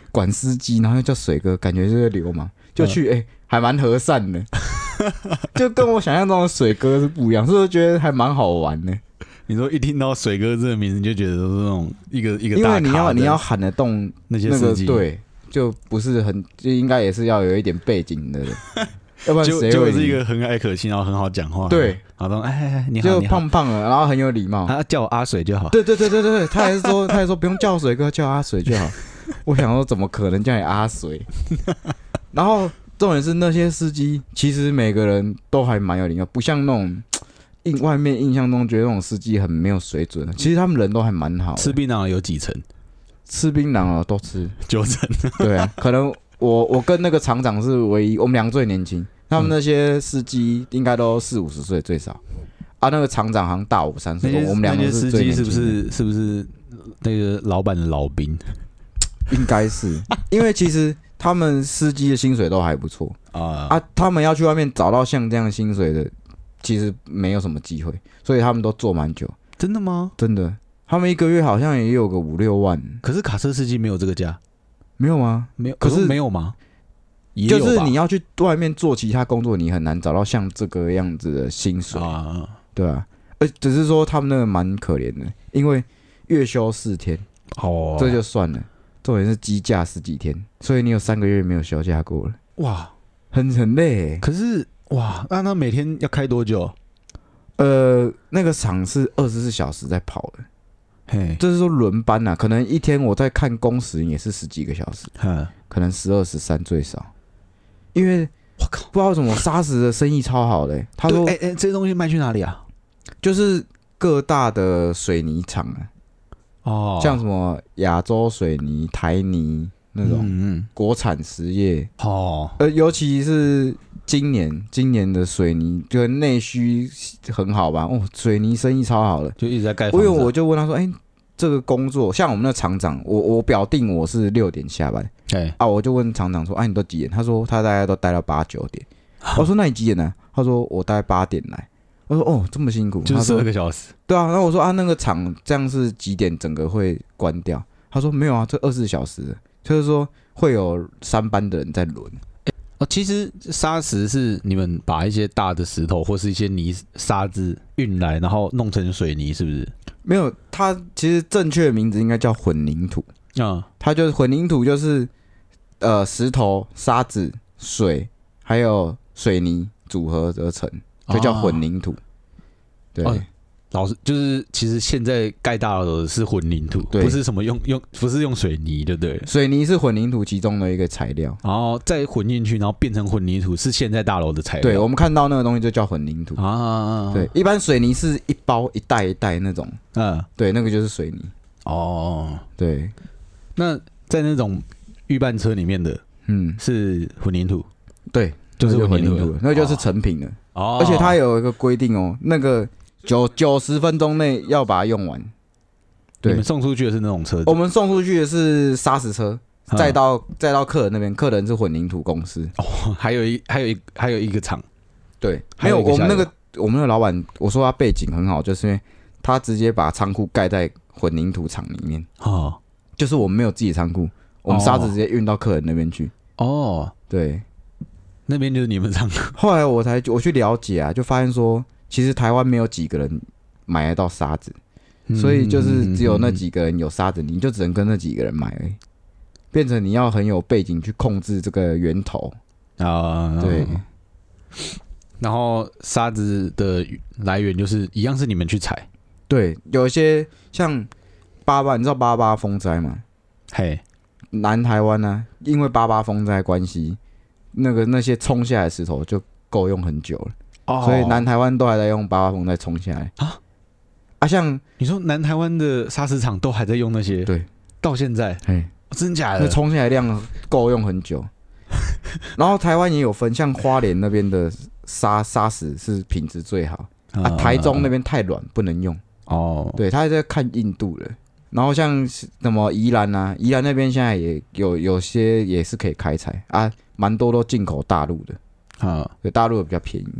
管司机，然后又叫水哥，感觉就是流氓，就去还蛮和善的，就跟我想象中的水哥是不一样，所以我觉得还蛮好玩的。 你说一听到水哥这个名字，你就觉得都是那种一个大咖的， 因为你要喊得动那些司机， 对，就不是很，就应该也是要有一点背景的人。要不然谁就是一个和蔼可亲，然后很好讲话， 对， 好的，你好， 就胖胖的，然后很有礼貌， 他叫我阿水就好。 对，他还说不用叫水哥，叫阿水就好。我想说怎么可能叫你阿水？然后重点是那些司机，其实每个人都还蛮有礼貌，不像那种外面印象中觉得那种司机很没有水准，其实他们人都还蛮好。 吃槟榔有几成？ 吃槟榔都吃 9成。 对啊，可能。我跟那个厂长是唯一，我们2最年轻，他们那些司机应该都40-50岁最少啊。那个厂长好像大我3岁，我们2个是最年轻的。 那些司机是不是那个老板的老兵？ 应该是，因为其实他们司机的薪水都还不错啊，他们要去外面找到像这样薪水的，其实没有什么机会，所以他们都做蛮久。 真的吗？ 真的，他们一个月好像也有个5-6万。 可是卡车司机没有这个价。 没有吗？ 没有，可是没有吗？ 就是你要去外面做其他工作，你很难找到像这个样子的薪水啊，对啊。只是说他们那个蛮可怜的，因为月休4天，这就算了，重点是机假10几天，所以你有3个月没有休假过了，哇，很累。 可是哇，那每天要开多久？ 那个厂是24小时在跑的。就是说轮班啊，可能一天我在看工时也是10几个小时，可能12、13最少。因为我靠，不知道为什么砂石的生意超好的。他说， 这些东西卖去哪里啊？ 就是各大的水泥厂啊，像什么亚洲水泥、台泥那种国产实业尤其是今年的水泥就内需很好吧？水泥生意超好的， 就一直在盖房子。 因为我就问他说：“这个工作像我们那厂长，我表定我是6点下班，我就问厂长说：你都几点？他说他大概都待到8、9点。我说那你几点来？他说我大概8点来。我说这么辛苦， 就是12个小时。 对啊，然后我说那个厂这样是几点整个会关掉？他说没有啊，这24小时的，就是说会有3班的人在轮。 其实砂石是你们把一些大的石头或是一些沙子运来，然后弄成水泥，是不是？ 没有，它其实正确的名字应该叫混凝土。它就是混凝土，就是石头、沙子、水还有水泥组合而成，就叫混凝土。对。 老师就是其实现在盖大楼的是混凝土，不是什么不是用水泥，对不对？ 水泥是混凝土其中的一个材料， 然后再混进去，然后变成混凝土，是现在大楼的材料。 对，我们看到那个东西就叫混凝土啊。对，一般水泥是一包一袋一袋那种，对，那个就是水泥。对。 那在那种预拌车里面的，是混凝土， 对，就是混凝土，那就是成品了。而且它有一个规定那个。90分钟内要把它用完。 对，你们送出去的是那种车子？ 我们送出去的是砂石车，再到客人那边，客人是混凝土公司。 还有一个厂。 对，没有我们那个老板，我说他背景很好，就是因为他直接把仓库盖在混凝土厂里面。就是我们没有自己仓库，我们沙子直接运到客人那边去。对， 那边就是你们仓库。 后来我去了解啊，就发现说。其实台湾没有几个人买得到沙子，所以就是只有那几个人有沙子，你就只能跟那几个人买而已，变成你要很有背景去控制这个源头对。 然后沙子的来源就是一样是你们去采。 对，有一些像你知道88风灾吗？南台湾呢，因为88风灾关系，那些冲下来的石头就够用很久了。所以南台湾都还在用88风再冲下来像你说南台湾的砂石厂都还在用那些， 对， 到现在，真假的？ 那冲下来量够用很久。然后台湾也有分，像花莲那边的砂石是品质最好台中那边太软不能用对，他还在看印度的。然后像什么宜兰宜兰那边现在也有些也是可以开采蛮多都进口大陆的对，大陆的比较便宜。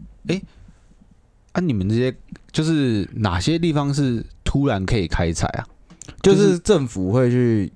你们这些就是哪些地方是突然可以开采啊？ 就是政府会去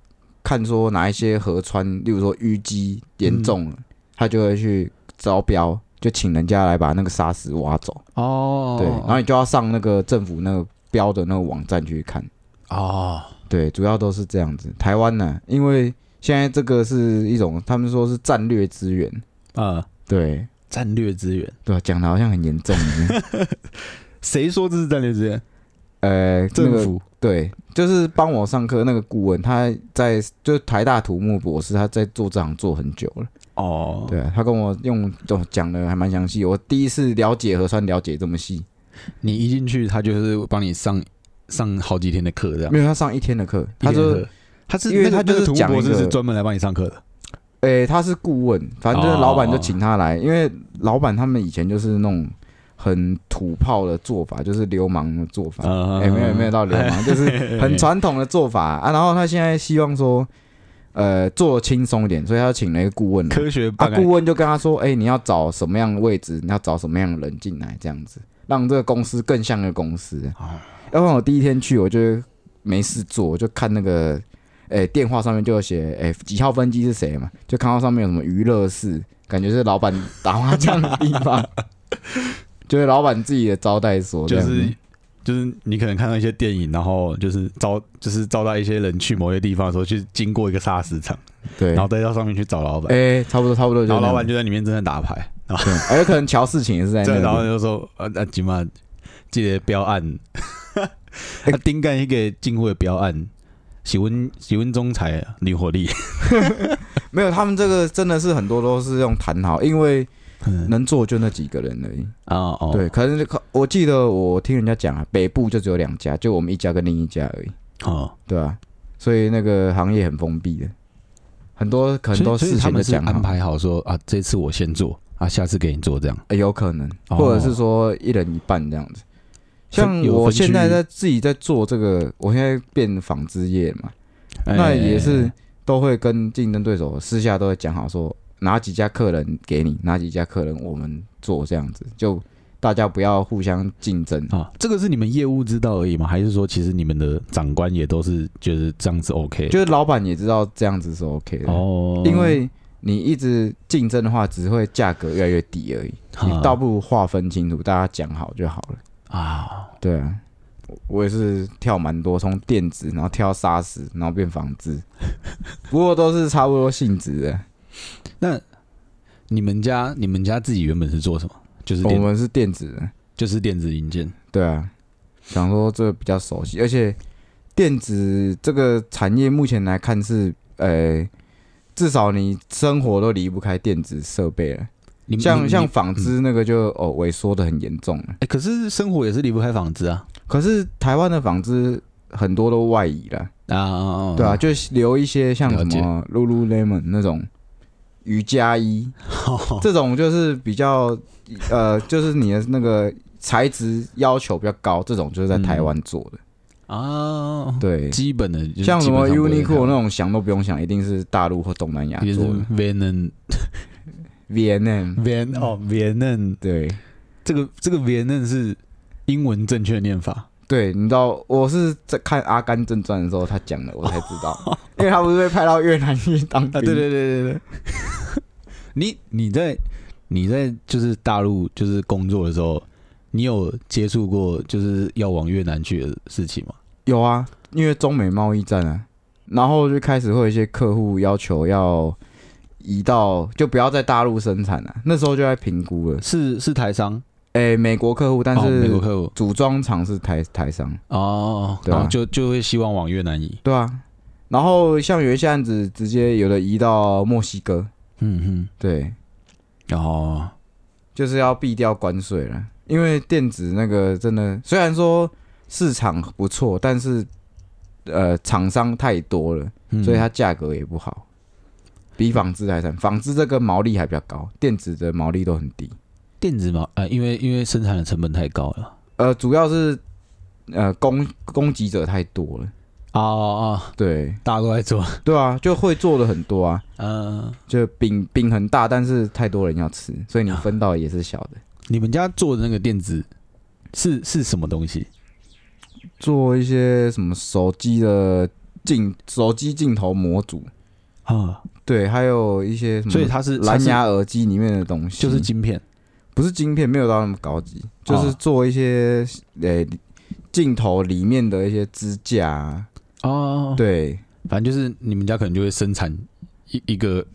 看说哪一些河川，例如说淤积严重了，他就会去招标，就请人家来把那个沙石挖走。哦，对，然后你就要上那个政府那个标的那个网站去看。哦，对，主要都是这样子。台湾呢，因为现在这个是一种，他们说是战略资源啊，对， 战略资源， 对，讲的好像很严重。 谁说这是战略资源？ 政府、对，就是帮我上课那个顾问，他就是台大土木博士，他在做这行做很久了。哦，对，他跟我讲的还蛮详细。我第一次了解河川，了解这么细。 你一进去，他就是帮你上好几天的课，这样？ 没有，他上1天的课。他是因为他就是土木博士是专门来帮你上课的。 他是顾问，反正就是老板就请他来，因为老板他们以前就是那种很土炮的做法，就是流氓的做法。没有到流氓，就是很传统的做法啊。然后他现在希望说，做轻松一点，所以他请了一个顾问。 科学顾问就跟他说，你要找什么样的位置，你要找什么样的人进来，这样子让这个公司更像一个公司。要不然我第一天去，我就没事做，我就看那个。电话上面就有写几号分机是谁嘛，就看到上面有什么娱乐室，感觉是老板打麻将的地方，就是老板自己的招待所， 就是你可能看到一些电影，然后就是招待一些人去某些地方的时候，去经过一个砂石场，对，然后再到上面去找老板， 差不多， 然后老板就在里面正在打牌， 对，有可能乔事情也是在那里， 然后就说今晚记得标案，顶干一个进货的标案。喜温中才灵活力， 没有，他们这个真的是很多都是用谈好，因为能做就那几个人而已啊。对，可是我记得我听人家讲啊，北部就只有2家，就我们一家跟另一家而已。哦，对啊，所以那个行业很封闭的，很多可能都事前就讲好， 安排好说啊，这次我先做啊，下次给你做这样。 有可能，或者是说1人1半这样子。像我现在自己在做这个，我现在变纺织业嘛，那也是都会跟竞争对手私下都会讲好说，哪几家客人给你，哪几家客人我们做这样子，就大家不要互相竞争啊。这个是你们业务知道而已吗？还是说其实你们的长官也都是觉得这样子 OK？ 就是老板也知道这样子是 OK 的哦，因为你一直竞争的话，只会价格越来越低而已。你倒不如划分清楚，大家讲好就好了。啊，对啊，我也是跳蛮多，从电子然后跳砂石，然后变纺织，不过都是差不多性质的。 那你们家自己原本是做什么？就是我们是电子的， 就是电子零件。 对啊，想说这个比较熟悉，而且电子这个产业目前来看是，至少你生活都离不开电子设备了。像纺织那个就萎缩的很严重了。 可是生活也是离不开纺织啊。 可是台湾的纺织很多都外移了啊，对啊，就留一些像什么 Lululemon 那种瑜伽衣，这种就是比较就是你的那个材质要求比较高，这种就是在台湾做的啊。对， 基本的像什么 Uniqlo 那种想都不用想，一定是大陆或东南亚做的。 Vietnam 对， 这个 Vietnam 是英文正确的念法。 对，你知道我是在看《阿甘正传》的时候他讲的，我才知道，因为他不是被派到越南去当兵。 对。你在就是大陆就是工作的时候，你有接触过就是要往越南去的事情吗？ 有啊，因为中美贸易战啊，然后就开始会有一些客户要求要移到，就不要在大陆生产了。那时候就在评估了， 是台商， 美国客户，但是美国客户组装厂是台商哦，对啊，就会希望往越南移， 对啊。然后像有一些案子，直接有的移到墨西哥，对，哦，就是要避掉关税了，因为电子那个真的虽然说市场不错，但是厂商太多了，所以它价格也不好。比纺织还惨，纺织这个毛利还比较高，电子的毛利都很低。 电子因为生产的成本太高了。 主要是供给者太多了。对， 大家都在做。 对啊，就会做的很多啊。就饼很大，但是太多人要吃，所以你分到也是小的。 你们家做的那个电子是什么东西？ 做一些什么手机的手机镜头模组啊， 对，还有一些什么， 所以它是蓝牙耳机里面的东西， 就是晶片， 不是晶片，没有到那么高级，就是做一些镜头里面的一些支架对， 反正就是你们家可能就会生产一个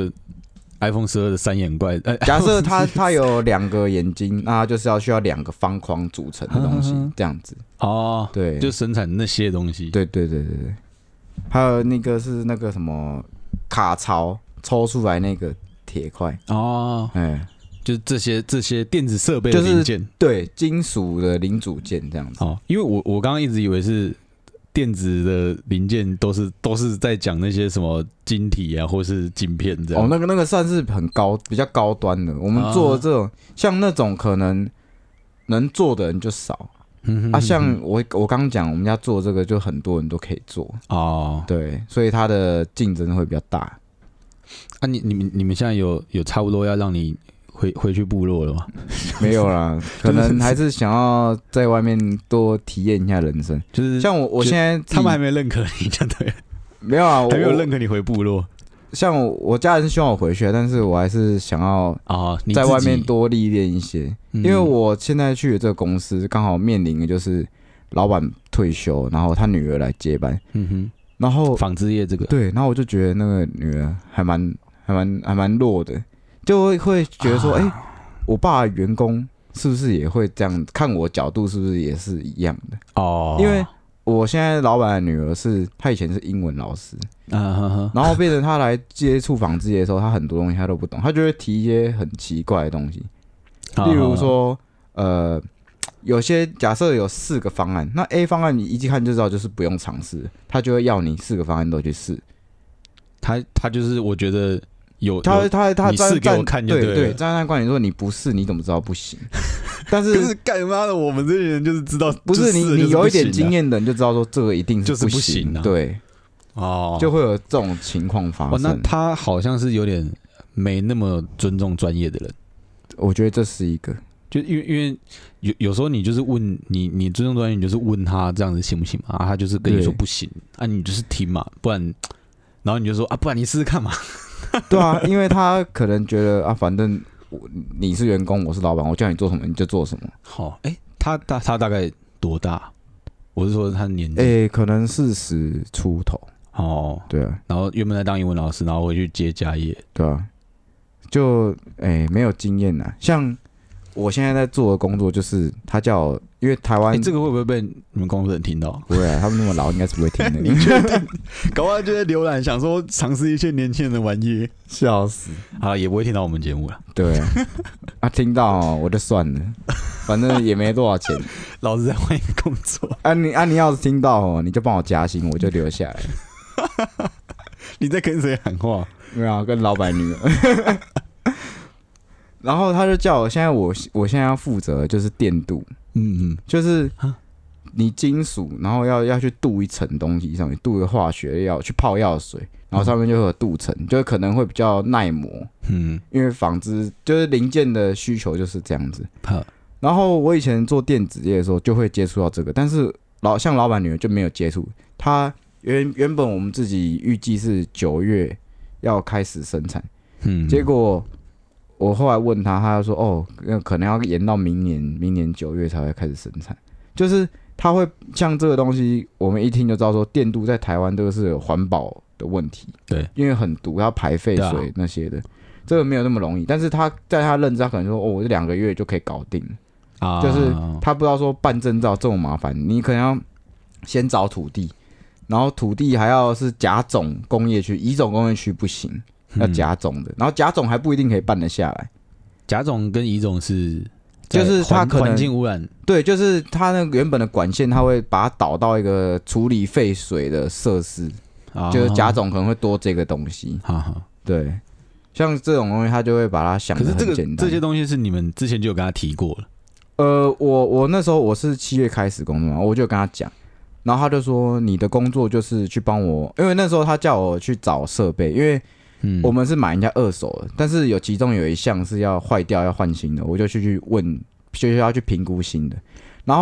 iPhone 12的3眼怪， 假设它有2个眼睛，那它就是需要2个方框组成的东西，这样子对， 就生产那些东西， 对，还有那个是那个什么卡槽抽出来那个铁块就是这些电子设备的零件， 对，金属的零组件这样子。 因为我刚刚一直以为是电子的零件都是在讲那些什么晶体啊，或是晶片这样。 那个算是比较高端的。我们做的这种，像那种可能能做的人就少。像我刚讲，我们家做这个就很多人都可以做对，所以它的竞争会比较大。 你们现在有差不多要让你回去部落了吗？ 没有啦，可能还是想要在外面多体验一下人生。就是像我现在他们还没认可你，就对， 没有啊， 还没有认可你回部落。 像我家人是希望我回去，但是我还是想要在外面多历练一些，因为我现在去的这个公司刚好面临的就是老板退休，然后他女儿来接班，然后纺织业这个对，然后我就觉得那个女儿还蛮弱的。就会觉得说，我爸的员工是不是也会这样看我角度，是不是也是一样的？因为我现在老板的女儿她以前是英文老师，然后变成她来接触纺织业的时候，她很多东西她都不懂，她就会提一些很奇怪的东西，例如说，有些假设有4个方案，那 A 方案你一看就知道就是不用尝试，他就会要你4个方案都去试。 他就是我觉得。 他你试给我看就对，站在观点说你不试你怎么知道不行？但是可是干妈的我们这些人就是知道， 不是你有一点经验的人就知道说这个一定是不行的，对，就会有这种情况发生。 那他好像是有点没那么尊重专业的人， 我觉得这是一个， 就因为有时候你就是问你尊重专业，你就是问他这样子行不行嘛？他就是跟你说不行，你就是听嘛，不然，然后你就说不然你试试看嘛。 对啊，因为他可能觉得反正你是员工，我是老板，我叫你做什么你就做什么。 好，他大概多大？我是说他年纪， 可能40出头。对啊。然后原本在当英文老师，然后回去接家业。 对啊。就没有经验啊，像我现在在做的工作就是他叫我，因为台湾这个会不会被你们公司人听到？ 不会他们那么老应该是不会听的。 你确定？搞不好就在浏览，想说尝试一些年轻人的玩意， 笑死！ 也不会听到我们节目了。 对听到我就算了，反正也没多少钱， 老子在换一个工作。 你要是听到你就帮我加薪，我就留下来。 你在跟谁喊话？ 没有，跟老板女儿。然后他就叫我，我现在要负责的就是电镀，就是你金属，然后要去镀一层东西上面，镀个化学药去泡药水，然后上面就会有镀层，就可能会比较耐磨，因为纺织就是零件的需求就是这样子。然后我以前做电子业的时候就会接触到这个，但是像老板女儿就没有接触，她原本我们自己预计是9月要开始生产，结果。我后来问他，他就说可能要延到明年9月才会开始生产。就是他会像这个东西，我们一听就知道说电镀在台湾这个是有环保的问题， 对， 因为很毒，要排废水那些的，这个没有那么容易。但是他在他认知，他可能说我这2个月就可以搞定就是他不知道说办证照这么麻烦，你可能要先找土地，然后土地还要是甲种工业区，乙种工业区不行。要甲种的，然后甲种还不一定可以办得下来。 甲种跟乙种是， 就是它可能环境污染， 对，就是它那个原本的管线，它会把它导到一个处理废水的设施，就是甲种可能会多这个东西。对，像这种东西，他就会把它想得很简单。 这些东西是你们之前就有跟他提过了。 我那时候我是7月开始工作嘛，我就跟他讲。然后他就说：“你的工作就是去帮我，因为那时候他叫我去找设备，因为我们是买人家2手的，但是其中有一项是要坏掉要换新的，我就去问，就是要去评估新的。然后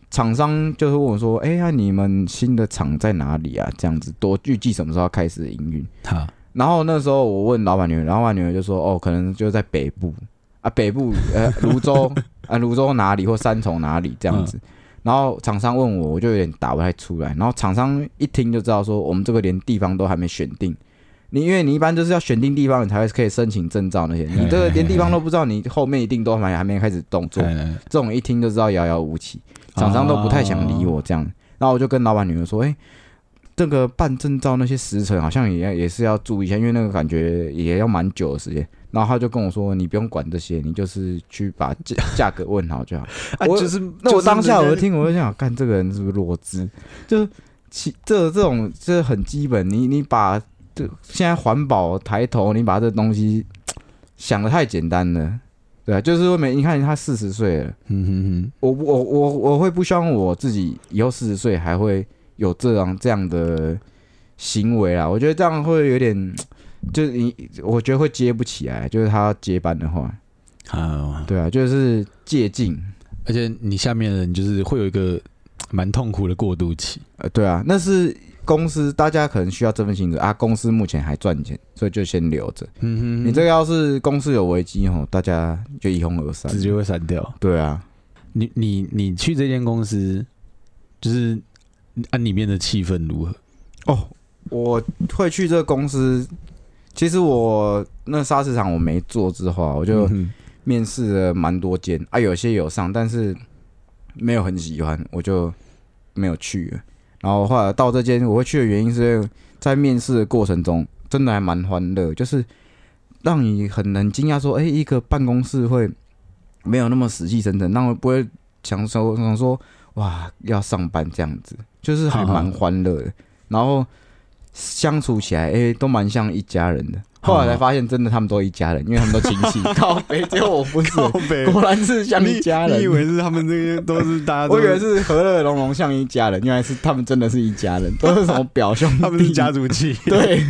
厂商就是问我说：“哎呀，你们新的厂在哪里啊？这样子，预计什么时候要开始营运？”然后那时候我问老板女儿，老板女儿就说：“哦，可能就在北部啊，北部泸州啊，泸州哪里或三重哪里这样子。”然后厂商问我，我就有点打不太出来。然后厂商一听就知道说，我们这个连地方都还没选定。因为你一般就是要选定地方，你才会可以申请证照那些。你这个连地方都不知道，你后面一定都还没开始动作。这种一听就知道遥遥无期，厂商都不太想理我这样。然后我就跟老板女儿说：“这个办证照那些时程好像也是要注意一下，因为那个感觉也要蛮久的时间。”然后他就跟我说：“你不用管这些，你就是去把价格问好就好。”那我当下我就听，我就想，干这个人是不是弱智？就是这种这很基本，你把现在环保抬头，你把这东西想得太简单了，对啊，就是你看他40岁了，我会不希望我自己以后40岁还会有这样的行为啦，我觉得这样会有点，就是我觉得会接不起来，就是他接班的话，对啊，就是借镜， 而且你下面的人就是会有一个蛮痛苦的过渡期， 对啊，那是。公司大家可能需要这份薪水啊，公司目前还赚钱，所以就先留着。你这个要是公司有危机吼，大家就一哄而散， 直接会删掉。 对啊， 你去这间公司，就是按里面的气氛如何？ 哦，我会去这个公司，其实我那砂石场我没做之后，我就面试了蛮多间啊，有些有上，但是没有很喜欢，我就没有去了。然后后来到这间我会去的原因是因为在面试的过程中真的还蛮欢乐，就是让你很惊讶说，一个办公室会没有那么死气沉沉，让我不会想说哇要上班这样子，就是还蛮欢乐的。然后相处起来都蛮像一家人的。后来才发现，真的他们都一家人，因为他们都亲戚。靠北，结果我不是，果然是像一家人。 你以为是他们这些都是大家？ 我以为是和乐融融像一家人，原来是他们真的是一家人，都是什么表兄弟， 他们是家族企业。 对。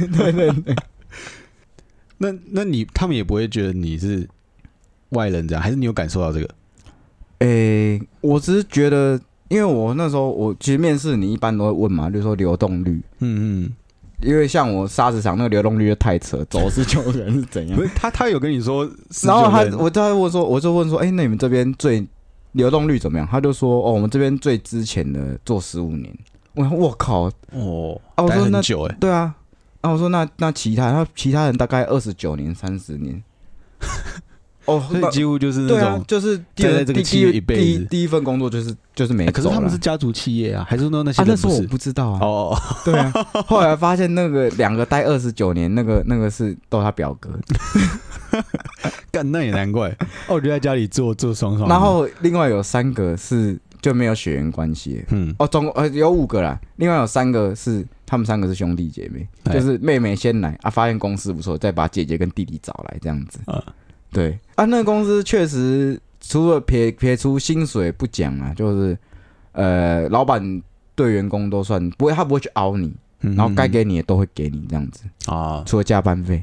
那他们也不会觉得你是外人这样，还是你有感受到这个？ 我只是觉得，因为我那时候我其实面试你一般都会问嘛，就是说流动率，因为像我砂石场那个流动率就太扯，走19人是怎样？ 不是他有跟你说， 然后我问说，我就问说，那你们这边最流动率怎么样？他就说，我们这边最之前的做15年。我靠， 我说那很久对啊，我说那其他人大概29年、30年。 所以几乎就是那种， 对啊，就是在这个企业一辈子第一份工作就是没走。 可是他们是家族企业啊，还是那些人不是？ 那时候我不知道啊。对啊，后来发现那个2个待29年，那个是都他表哥。 干，那也难怪。我就在家里做双。 然后另外有3个是就没有血缘关系。总共有5个啦，另外有3个是他们3个是兄弟姐妹，就是妹妹先来啊，发现公司不错，再把姐姐跟弟弟找来这样子。对啊，那个公司确实除了撇除薪水不讲啊，就是老板对员工都算不会，他不会去凹你，然后该给你的都会给你这样子啊，除了加班费。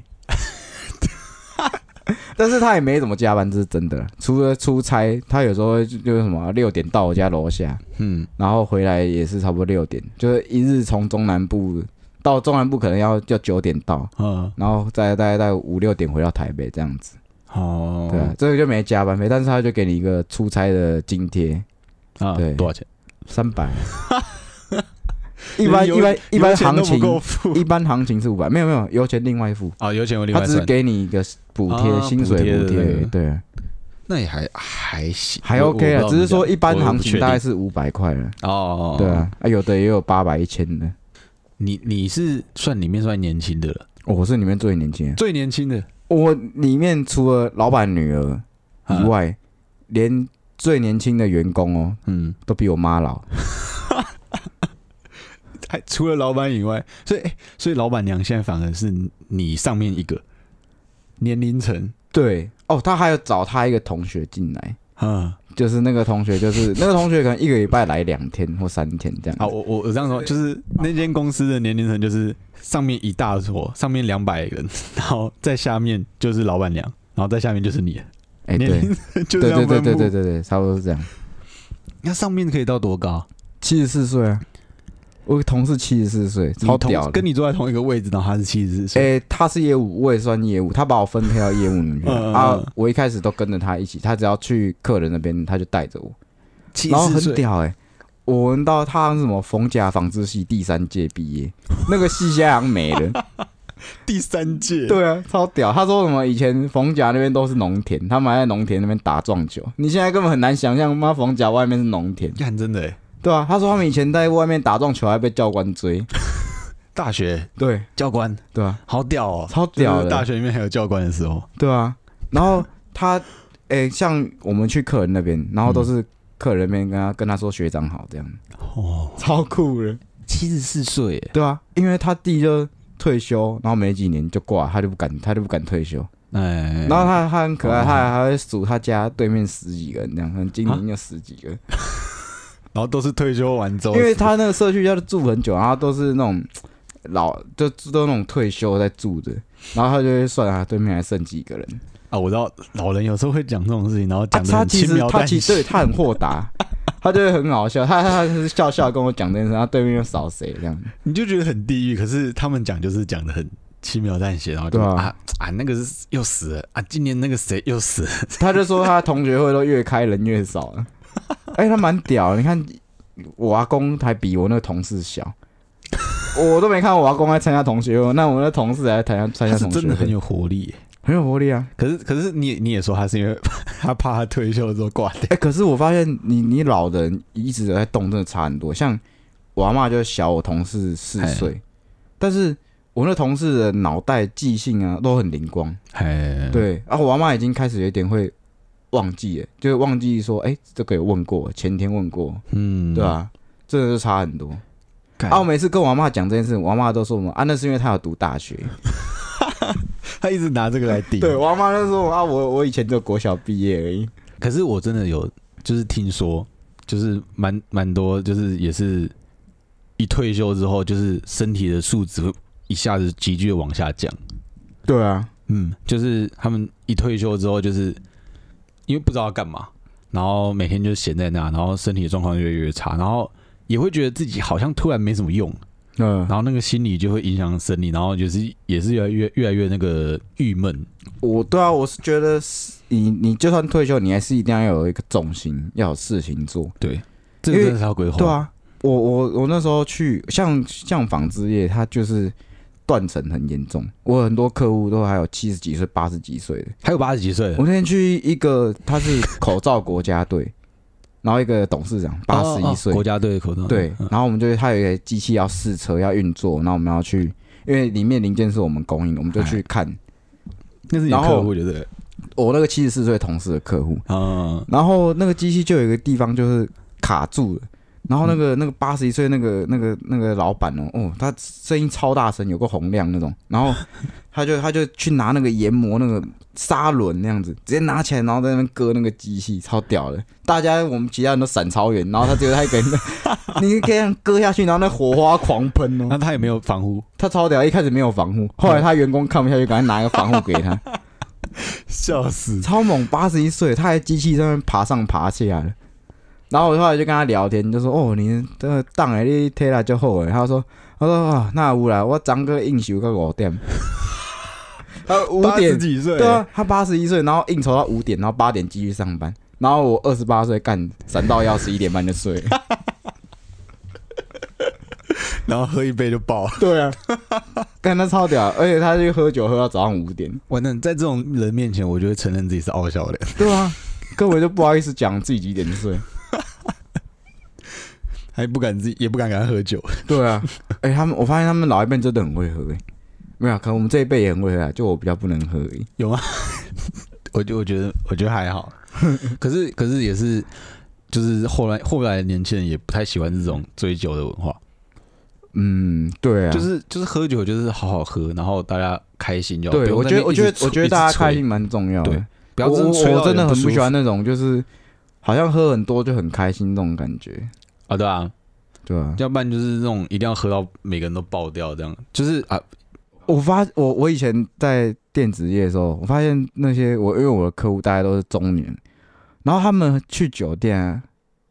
但是他也没怎么加班，这是真的。除了出差，他有时候就是什么6点到我家楼下，然后回来也是差不多6点，就是一日从中南部到中南部可能要9点到，然后再大概5、6点回到台北这样子。对啊，这个就没加班费，但是他就给你一个出差的津贴啊，对，多少钱 ？300。一般行情，一般行情是500，没有油钱另外付啊，油钱我另外算， 他只是给你一个补贴，薪水补贴，对啊， 那也还行， 还 OK 啊，只是说一般行情大概是500块了哦，对啊，有的也有800、1000的。 你是里面算年轻的了？ 我是里面最年轻的， 最年轻的。 我里面除了老板女儿以外，连最年轻的员工都比我妈老。 还除了老板以外，所以老板娘现在反而是你上面一个年龄层。 对他还有找他一个同学进来，就是那个同学可能1个礼拜来2天或3天这样。 我这样说，就是那间公司的年龄层就是上面一大坨，上面200人，然后在下面就是老板娘，然后在下面就是你。 对，就是这样分布。对，差不多是这样。 那上面可以到多高 ？74岁啊！我同事74岁，超屌的， 跟你坐在同一个位置，然后他是74岁。 他是业务，我也算业务，他把我分配到业务里面啊。我一开始都跟着他一起，他只要去客人那边，他就带着我，然后很屌我闻到他是什么逢甲纺织系第3届毕业，那个系现在好像没了。 第3届， 对啊，超屌。他说什么以前逢甲那边都是农田，他们还在农田那边打撞球。你现在根本很难想象，妈逢甲外面是农田， 干真的对啊，他说他们以前在外面打撞球还被教官追。 大学对教官， 对啊， 好屌哦， 超屌的。 就是大学里面还有教官的时候， 对啊。然后他像我们去客人那边，然后都是客人那边跟他说学长好这样。超酷的。 74岁， 对啊，因为他弟就退休，然后没几年就挂，他就不敢退休。然后他很可爱，他还会数他家对面10几个人这样，可能今年有10几个。 然后都是退休完之后， 因为他那个社区要住很久，然后都是那种都那种退休在住的，然后他就会算他对面还剩几个人啊。我知道老人有时候会讲这种事情，然后讲得很轻描淡写。 对他很豁达，他就会很好笑，他是笑笑跟我讲这件事，然后对面又少谁这样， 你就觉得很地狱。可是他们讲就是讲得很轻描淡写，然后就那个是又死了啊，今年那个谁又死了， 他就说他同学会都越开人越少了。他蛮屌的，你看我阿公还比我那个同事小，我都没看我阿公在参加同学会，那我那同事还参加同学会， 真的很有活力， 很有活力啊。 可是你也说他是因为他怕他退休之后挂掉。 可是我发现你老的人一直在动，真的差很多。像我阿嬷就小我同事4岁，但是我那同事的脑袋记性啊都很灵光。对啊，我阿嬷已经开始有点会忘记了，就是忘记说，这个有问过，前天问过，对吧？真的就差很多。我每次跟我阿嬷讲这件事，我阿嬷都说什么那是因为她有读大学， 他一直拿这个来顶。 对，我阿嬷就说我以前就国小毕业而已。 可是我真的有，就是听说，就是蛮多，就是也是一退休之后，就是身体的素质一下子急剧的往下降。 对啊， 就是他们一退休之后，就是因为不知道要干嘛，然后每天就闲在那，然后身体的状况越来越差，然后也会觉得自己好像突然没什么用，然后那个心理就会影响生理，然后就是也是越来越那个郁闷。 对啊，我是觉得你就算退休，你还是一定要有一个重心，要有事情做。 对，这个真的是要规划。 对啊，我那时候去像纺织业，它就是断层很严重，我很多客户都还有70几岁、80几岁的， 还有80几岁的。 我那天去一个，他是口罩国家队，然后一个董事长81岁， 国家队的口罩。 对，然后我们就他有一个机器要试车要运作，然后我们要去，因为里面零件是我们供应的，我们就去看。 那是你的客户，对不对？ 我那个74岁同事的客户，然后那个机器就有一个地方就是卡住了。然后那个81岁那个老板他声音超大声，有个洪亮那种。然后他就去拿那个研磨那个砂轮那样子，直接拿起来，然后在那边割那个机器，超屌的。我们其他人都闪超远，然后他只有他一个人，你可以这样割下去，然后那火花狂喷那他也没有防护， 他超屌，一开始没有防护，后来他员工看不下去，赶快拿一个防护给他， 笑死， 超猛，81岁，他在机器上面爬上爬下了。然后我后来就跟他聊天，就说你这个档你贴来就好诶。他说那有啦，我昨个应酬到5点，他5点 80几岁， 对啊，他81岁，然后应酬到5点，然后8点继续上班，然后我28岁干3到要11点半就睡了， 然后喝一杯就爆。 对啊，干他超屌，而且他去喝酒喝到早上5点。 完了，在这种人面前，我就会承认自己是傲笑的。 对啊，根本就不好意思讲自己几点睡。 还不敢也不敢跟他喝酒。 对啊，我发现他们老一辈真的很会喝没有，可能我们这一辈也很会喝，就我比较不能喝而已。 有吗？我觉得还好。可是也是，就是后来的年轻人也不太喜欢这种追酒的文化。 对啊， 就是喝酒就是好好喝，然后大家开心就好。 对，我觉得大家开心蛮重要的。对， 不要真吹到人不舒服。 我真的很不喜欢那种就是好像喝很多就很开心那种感觉。 对啊，要不然就是那种一定要喝到每个人都爆掉这样，就是我以前在电子业的时候，我发现那些因为我的客户大家都是中年，然后他们去酒店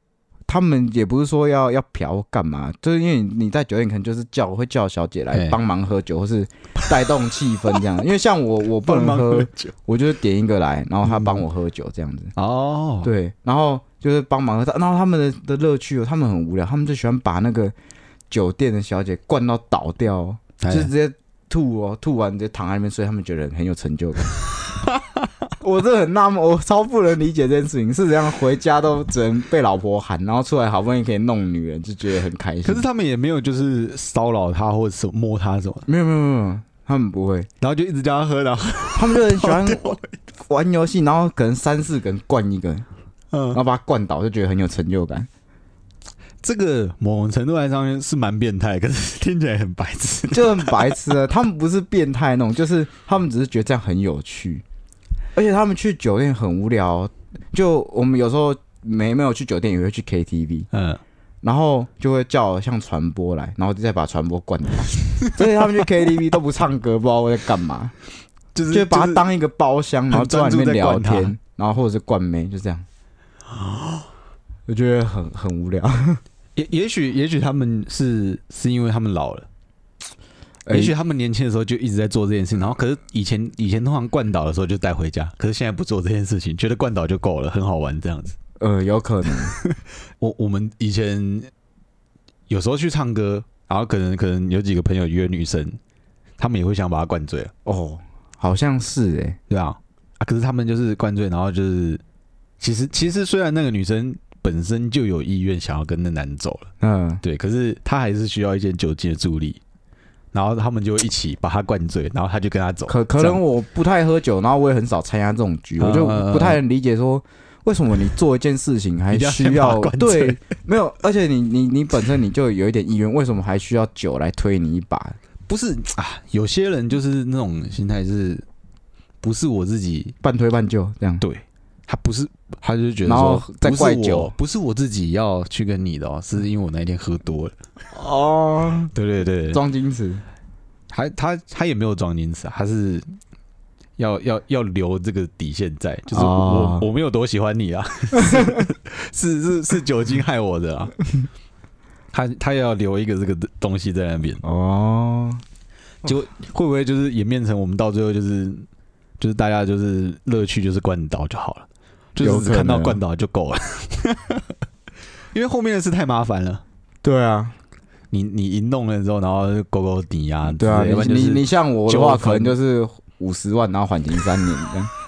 他们也不是说要嫖干嘛，就是因为你在酒店可能就是会叫小姐来帮忙喝酒，或是带动气氛这样。因为像我不能喝，我就是点一个来，然后他帮我喝酒这样子。哦，对，然后就是帮忙喝，然后他们的乐趣，他们很无聊，他们就喜欢把那个酒店的小姐灌到倒掉，就是直接吐完直接躺在那边睡，他们觉得很有成就感。我真的很纳闷，我超不能理解这件事情，是怎样回家都只能被老婆喊，然后出来好不容易可以弄女人，就觉得很开心。 可是他们也没有就是骚扰她或者摸她什么， 没有，他们不会， 然后就一直叫她喝，然后他们就很喜欢玩游戏，然后可能3-4个人灌一个，然后把他灌倒，就觉得很有成就感。 这个某种程度来上是蛮变态，可是听起来很白痴， 就很白痴啊！他们不是变态那种，就是他们只是觉得这样很有趣，而且他们去酒店很无聊。就我们有时候没有去酒店，也会去 KTV， 然后就会叫像传播来，然后再把传播灌倒。所以他们去 KTV 都不唱歌，不知道我在干嘛，就把它当一个包厢，然后坐在里面聊天，然后或者是灌妹，就这样。我觉得很无聊。 也许他们是因为他们老了，也许他们年轻的时候就一直在做这件事情，然后可是以前通常灌倒的时候就带回家，可是现在不做这件事情，觉得灌倒就够了，很好玩这样子。 有可能。 我们以前有时候去唱歌，然后可能有几个朋友约女生，他们也会想把她灌醉了。 哦，好像是对啊，可是他们就是灌醉，然后就是其实虽然那个女生本身就有意愿想要跟那男的走了，对，可是他还是需要一些酒精的助力，然后他们就一起把他灌醉，然后他就跟他走。 可能我不太喝酒，然后我也很少参加这种局，我就不太能理解说为什么你做一件事情还需要对，没有，而且你本身你就有一点意愿，为什么还需要酒来推你一把？ 不是啊，有些人就是那种心态是，不是我自己半推半就这样， 对。他不是，他就觉得说，在怪酒，不是我自己要去跟你的是因为我那一天喝多了。哦，对， 装矜持， 他也没有装矜持，他是要留这个底线在，就是我没有多喜欢你啊，是酒精害我的啊。他要留一个这个东西在那边。哦，就会不会就是演变成我们到最后就是大家就是乐趣就是灌倒就好了。就是看到灌倒就够了，因为后面的事太麻烦了。 对啊， 你一弄了之后，然后勾底啊， 对啊，你像我的话，可能就是50万，然后缓刑3年这样。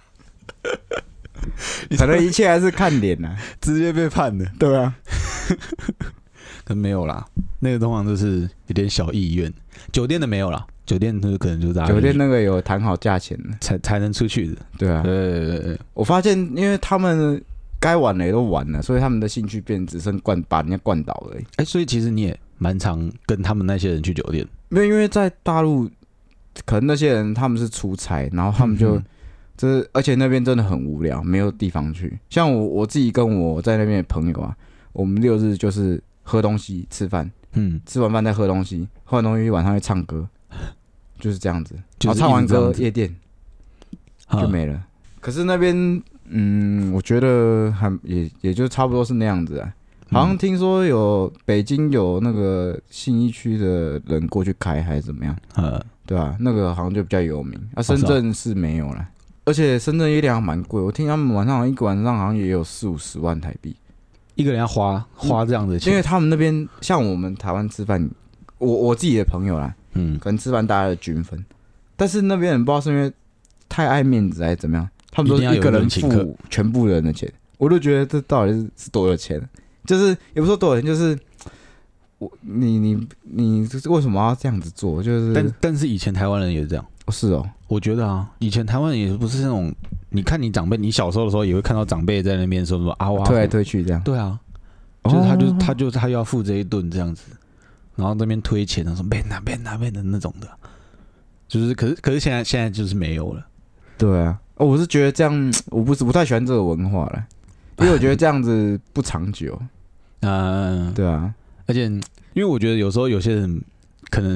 可能一切还是看脸呐， 直接被判的。 对啊， 可能没有啦，那个通常都是有点小意愿，酒店的没有啦。酒店那个可能就是酒店那个有谈好价钱的才能出去的， 对啊，对。我发现，因为他们该玩的也都玩了，所以他们的兴趣变只剩把人家灌倒而已。 所以其实你也蛮常跟他们那些人去酒店， 没有，因为在大陆，可能那些人他们是出差，然后他们就是而且那边真的很无聊，没有地方去。像我自己跟我在那边的朋友啊，我们6日就是喝东西、吃饭，吃完饭再喝东西，喝完东西晚上去唱歌。就是这样子，然后唱完歌夜店就没了。可是那边，我觉得也就差不多是那样子啊。好像听说有北京有那个信义区的人过去开还是怎么样？对啊，那个好像就比较有名。深圳是没有啦，而且深圳夜店蛮贵，我听他们晚上一个晚上好像也有40-50万台币， 一个人要花这样的钱。 因为他们那边像我们台湾吃饭，我自己的朋友啦。可能吃完大家的均分，但是那边人不知道是因为太爱面子还是怎么样，他们都是一个人付全部人的钱，我就觉得这到底是多有钱，就是也不是说多有钱，就是你为什么要这样子做？就是但是以前台湾人也是这样， 是哦， 我觉得啊，以前台湾人也不是那种，你看你长辈，你小时候的时候也会看到长辈在那边说什么啊， 推来推去这样， 对啊，就是他要付这一顿这样子。然后那边推钱，说变的那种的，就是可是现在就是没有了。 对啊，我是觉得这样，我不太喜欢这个文化了，因为我觉得这样子不长久。对啊， 而且因为我觉得有时候有些人可能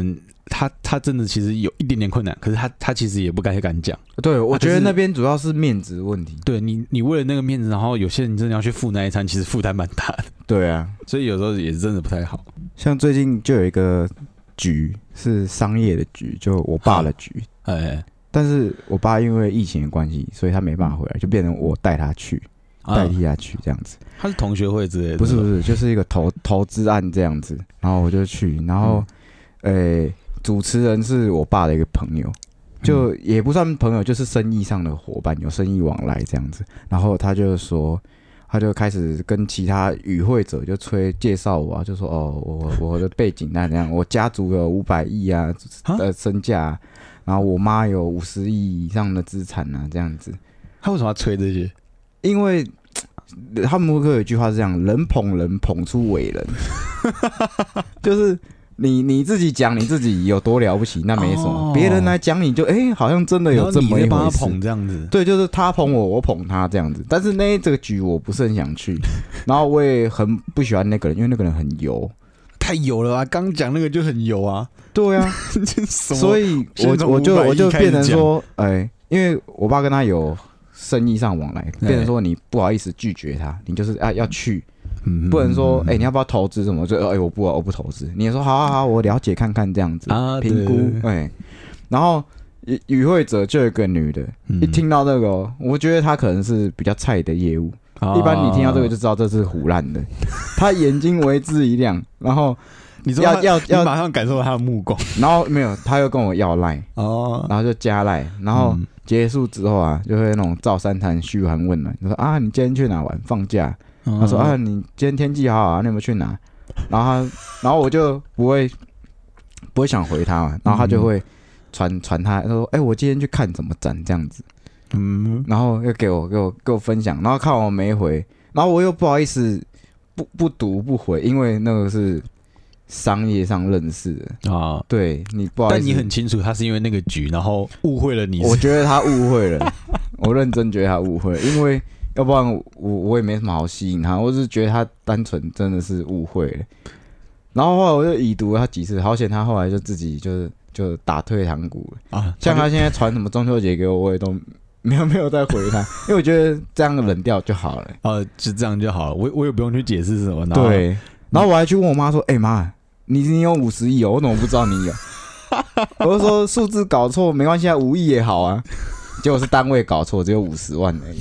他真的其实有一点点困难，可是他其实也不敢讲。 对，我觉得那边主要是面子问题。 对你为了那个面子，然后有些人真的要去付那一餐，其实负担蛮大的。 对啊， 所以有时候也是真的不太好。 像最近就有一个局是商业的局，就我爸的局。但是我爸因为疫情的关系，所以他没办法回来，就变成我带他去，代替他去这样子。 他是同学会之类的？ 不是，就是一个投资案这样子。然后我就去，然后主持人是我爸的一个朋友，就也不算朋友，就是生意上的伙伴，有生意往来这样子。然后他就说，他就开始跟其他与会者就介绍我啊，就说我的背景那样，我家族有500亿啊的身价，然后我妈有50亿以上的资产啊这样子。 他为什么要吹这些？ 因为他们会有一句话是这样：人捧人，捧出伟人，就是你自己讲你自己有多了不起，那没什么；别人来讲你就好像真的有这么一回事。 帮他捧这样子， 对，就是他捧我，我捧他这样子。但是这个局我不是很想去，然后我也很不喜欢那个人，因为那个人很油， 太油了啊！刚讲那个就很油啊。 对啊，所以我就变成说，因为我爸跟他有生意上往来，变成说你不好意思拒绝他，你就是要去，不能说你要不要投资什么，就我不投资，你也说好，我了解看看这样子评估，然后与会者就有一个女的，一听到这个，我觉得她可能是比较菜的业务，一般你听到这个就知道这是唬烂的，她眼睛为之一亮，然后你说要马上感受到她的目光， 然后没有，她又跟我要赖，然后就加赖，然后结束之后啊，就会那种照三餐嘘寒问暖，就说啊，你今天去哪玩？放假？他说啊，你今天天气好好啊，你有没有去哪？然后我就不会想回他嘛，然后他就会传他说，我今天去看什么展这样子，然后又给我分享，然后看我没回，然后我又不好意思不读不回，因为那个是商业上认识的啊，对你不好意思， 但你很清楚他是因为那个局，然后误会了你。 我觉得他误会了，我认真觉得他误会了，因为要不然我也没什么好吸引他，我只是觉得他单纯真的是误会了。然后后来我就已读了他几次，好险他后来就自己就打退堂鼓了啊。像他现在传什么中秋节给我，我也都没有再回他，因为我觉得这样冷掉就好了。 就这样就好了，我也不用去解释什么。 对，然后我还去问我妈说：“妈。”你有50亿哦，我怎么不知道你有？我就说数字搞错没关系啊，5亿也好啊。结果是单位搞错，只有50万而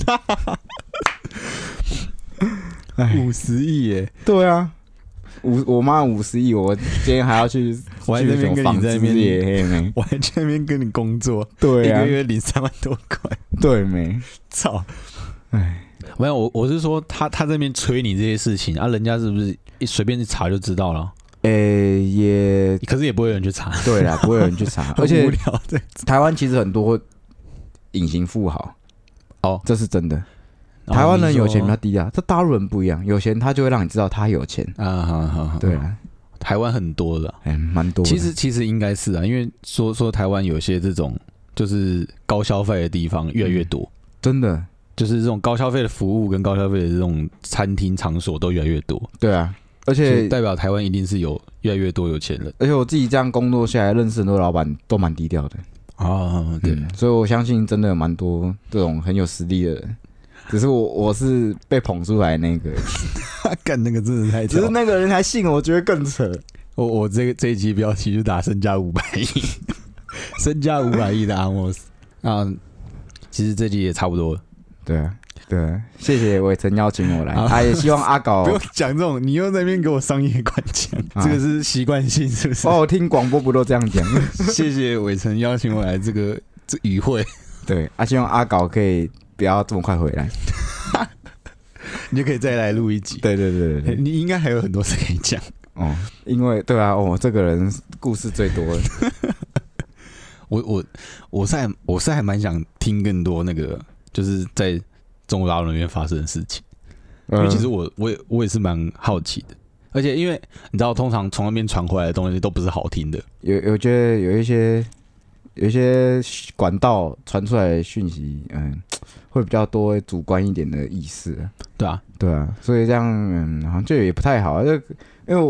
已。50亿耶？ 对啊，我妈50亿，我今天还要去， 我还在那边跟你在那边， 我还在那边跟你工作， 对啊， 一个月领3万多块， 对没？ 操！没有，我是说他在那边催你这些事情啊，人家是不是随便一查就知道了？可是也不会有人去查。 对啦，不会有人去查，而且台湾其实很多隐形富豪，这是真的。台湾人有钱比较低啊，这大陆人不一样，有钱他就会让你知道他有钱啊。对啊， 台湾很多的， 蛮多的。 其实应该是啊，因为说台湾有些这种就是高消费的地方越来越多， 真的就是这种高消费的服务跟高消费的这种餐厅场所都越来越多。 对啊。而且代表台湾一定是有越来越多有钱人， 而且我自己这样工作下来，认识很多老板都蛮低调的对， 所以我相信真的有蛮多这种很有实力的人，只是我是被捧出来那个， 干那个真的太扯， 只是那个人还信我，觉得更扯。 我这一集标题就打身家500亿，身家500亿的阿莫斯啊，其实这集也差不多了， 对啊。对，谢谢伟成邀请我来，也希望阿搞不用讲这种，你又在那边给我商业官讲，这个是习惯性，是不是？ 我听广播不都这样讲？ 谢谢伟成邀请我来这与会， 对，希望阿搞可以不要这么快回来， 你就可以再来录一集。对，你应该还有很多事可以讲因为对啊，这个人故事最多了。 我是还蛮想听更多那个，就是在中国大陆那边发生的事情，因为其实我也是蛮好奇的，而且因为你知道，通常从那边传回来的东西都不是好听的， 我觉得有一些管道传出来的讯息，会比较多主观一点的意思， 对啊， 所以这样好像就也不太好，因为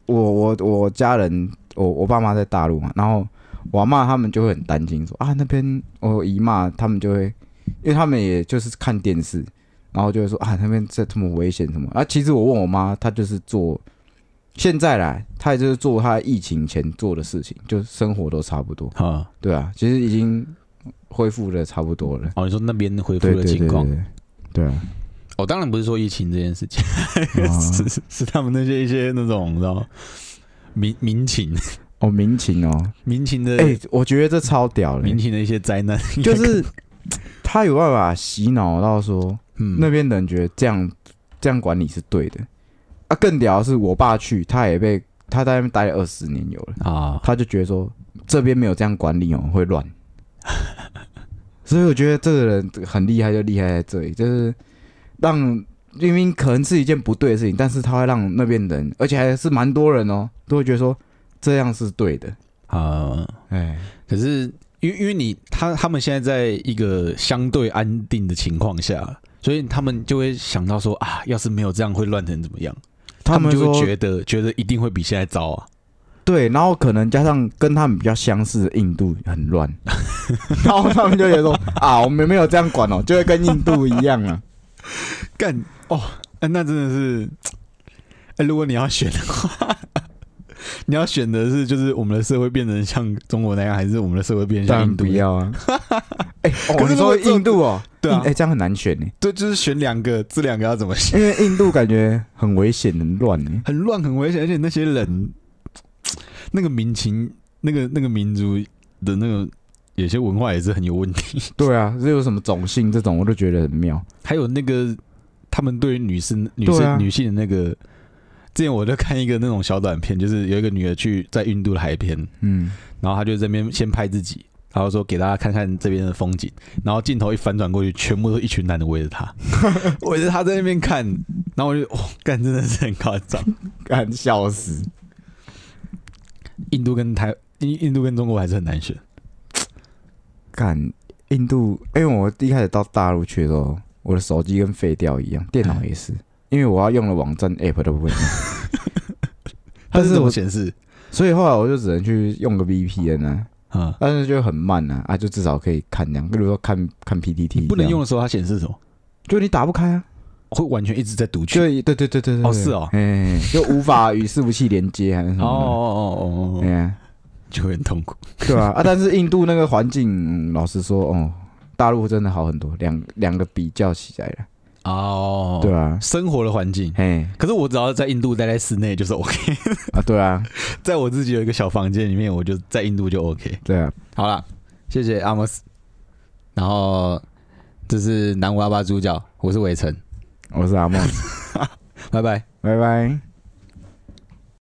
我家人，我爸妈在大陆嘛，然后我阿嬷他们就会很担心说啊，那边我姨妈他们就会，因为他们也就是看电视，然后就会说啊，那边这么危险什么啊。其实我问我妈，她就是做现在啦，她也就是做她疫情前做的事情，就生活都差不多啊。对啊，其实已经恢复的差不多了。 哦，你说那边恢复的情况？ 对啊。 哦，当然不是说疫情这件事情，是他们一些那种你知道民情哦，民情的我觉得这超屌的， 民情的一些灾难， 就是他有办法洗脑到说，那边的人觉得这样管理是对的啊。更屌的是我爸去，他在那边待了20年有了啊，他就觉得说这边没有这样管理会乱，所以我觉得这个人很厉害，就厉害在这里，就是让明明可能是一件不对的事情，但是他会让那边人，而且还是蛮多人都会觉得说这样是对的啊。 可是因为他们现在在一个相对安定的情况下，所以他们就会想到说啊，要是没有这样会乱成怎么样？他们就会觉得一定会比现在糟啊。 对，然后可能加上跟他们比较相似的印度很乱，然后他们就觉得说啊，我们没有这样管就会跟印度一样啊。 干哦，那真的是，如果你要选的话，你要选的是就是我们的社会变成像中国那样，还是我们的社会变成像印度？ 不要啊！可是你说印度对啊， 这样很难选呢。 对，就是选两个，这两个要怎么选？ 因为印度感觉很危险、很乱呢， 很乱、很危险，而且那些人，那个民情、那个民族的那个。有些文化也是很有问题。 对啊，这有什么种姓这种，我都觉得很妙。 还有那个他们对于女性的那个，之前我就看一个那种小短片，就是有一个女的在印度的海边，然后她就在那边先拍自己，然后说给大家看看这边的风景，然后镜头一反转过去，全部都一群男的围着她，围着她在那边看，然后我就干，真的是很夸张， 干笑死。 印度跟中国还是很难选。 干印度，因为我一开始到大陆去的时候，我的手机跟废掉一样，电脑也是，因为我要用的网站 App 都不会用。 它是怎么显示？ 所以后来我就只能去用个 VPN 但是就很慢就至少可以看这样，比如说看 PTT。 不能用的时候它显示什么？ 就你打不开会完全一直在读取。 对， 哦是哦， 就无法与伺服器连接还是什么？ 哦，就会很痛苦， 对啊，但是印度那个环境，老实说，大陆真的好很多，两个比较起来了，对啊， 生活的环境，可是我只要在印度待在室内就是 OK 对啊， 在我自己有一个小房间里面，我就在印度就 OK， 对啊， 好啦，谢谢阿莫斯，然后这是南无阿巴主角，我是伟成， 我是阿莫斯， 拜拜， 拜拜。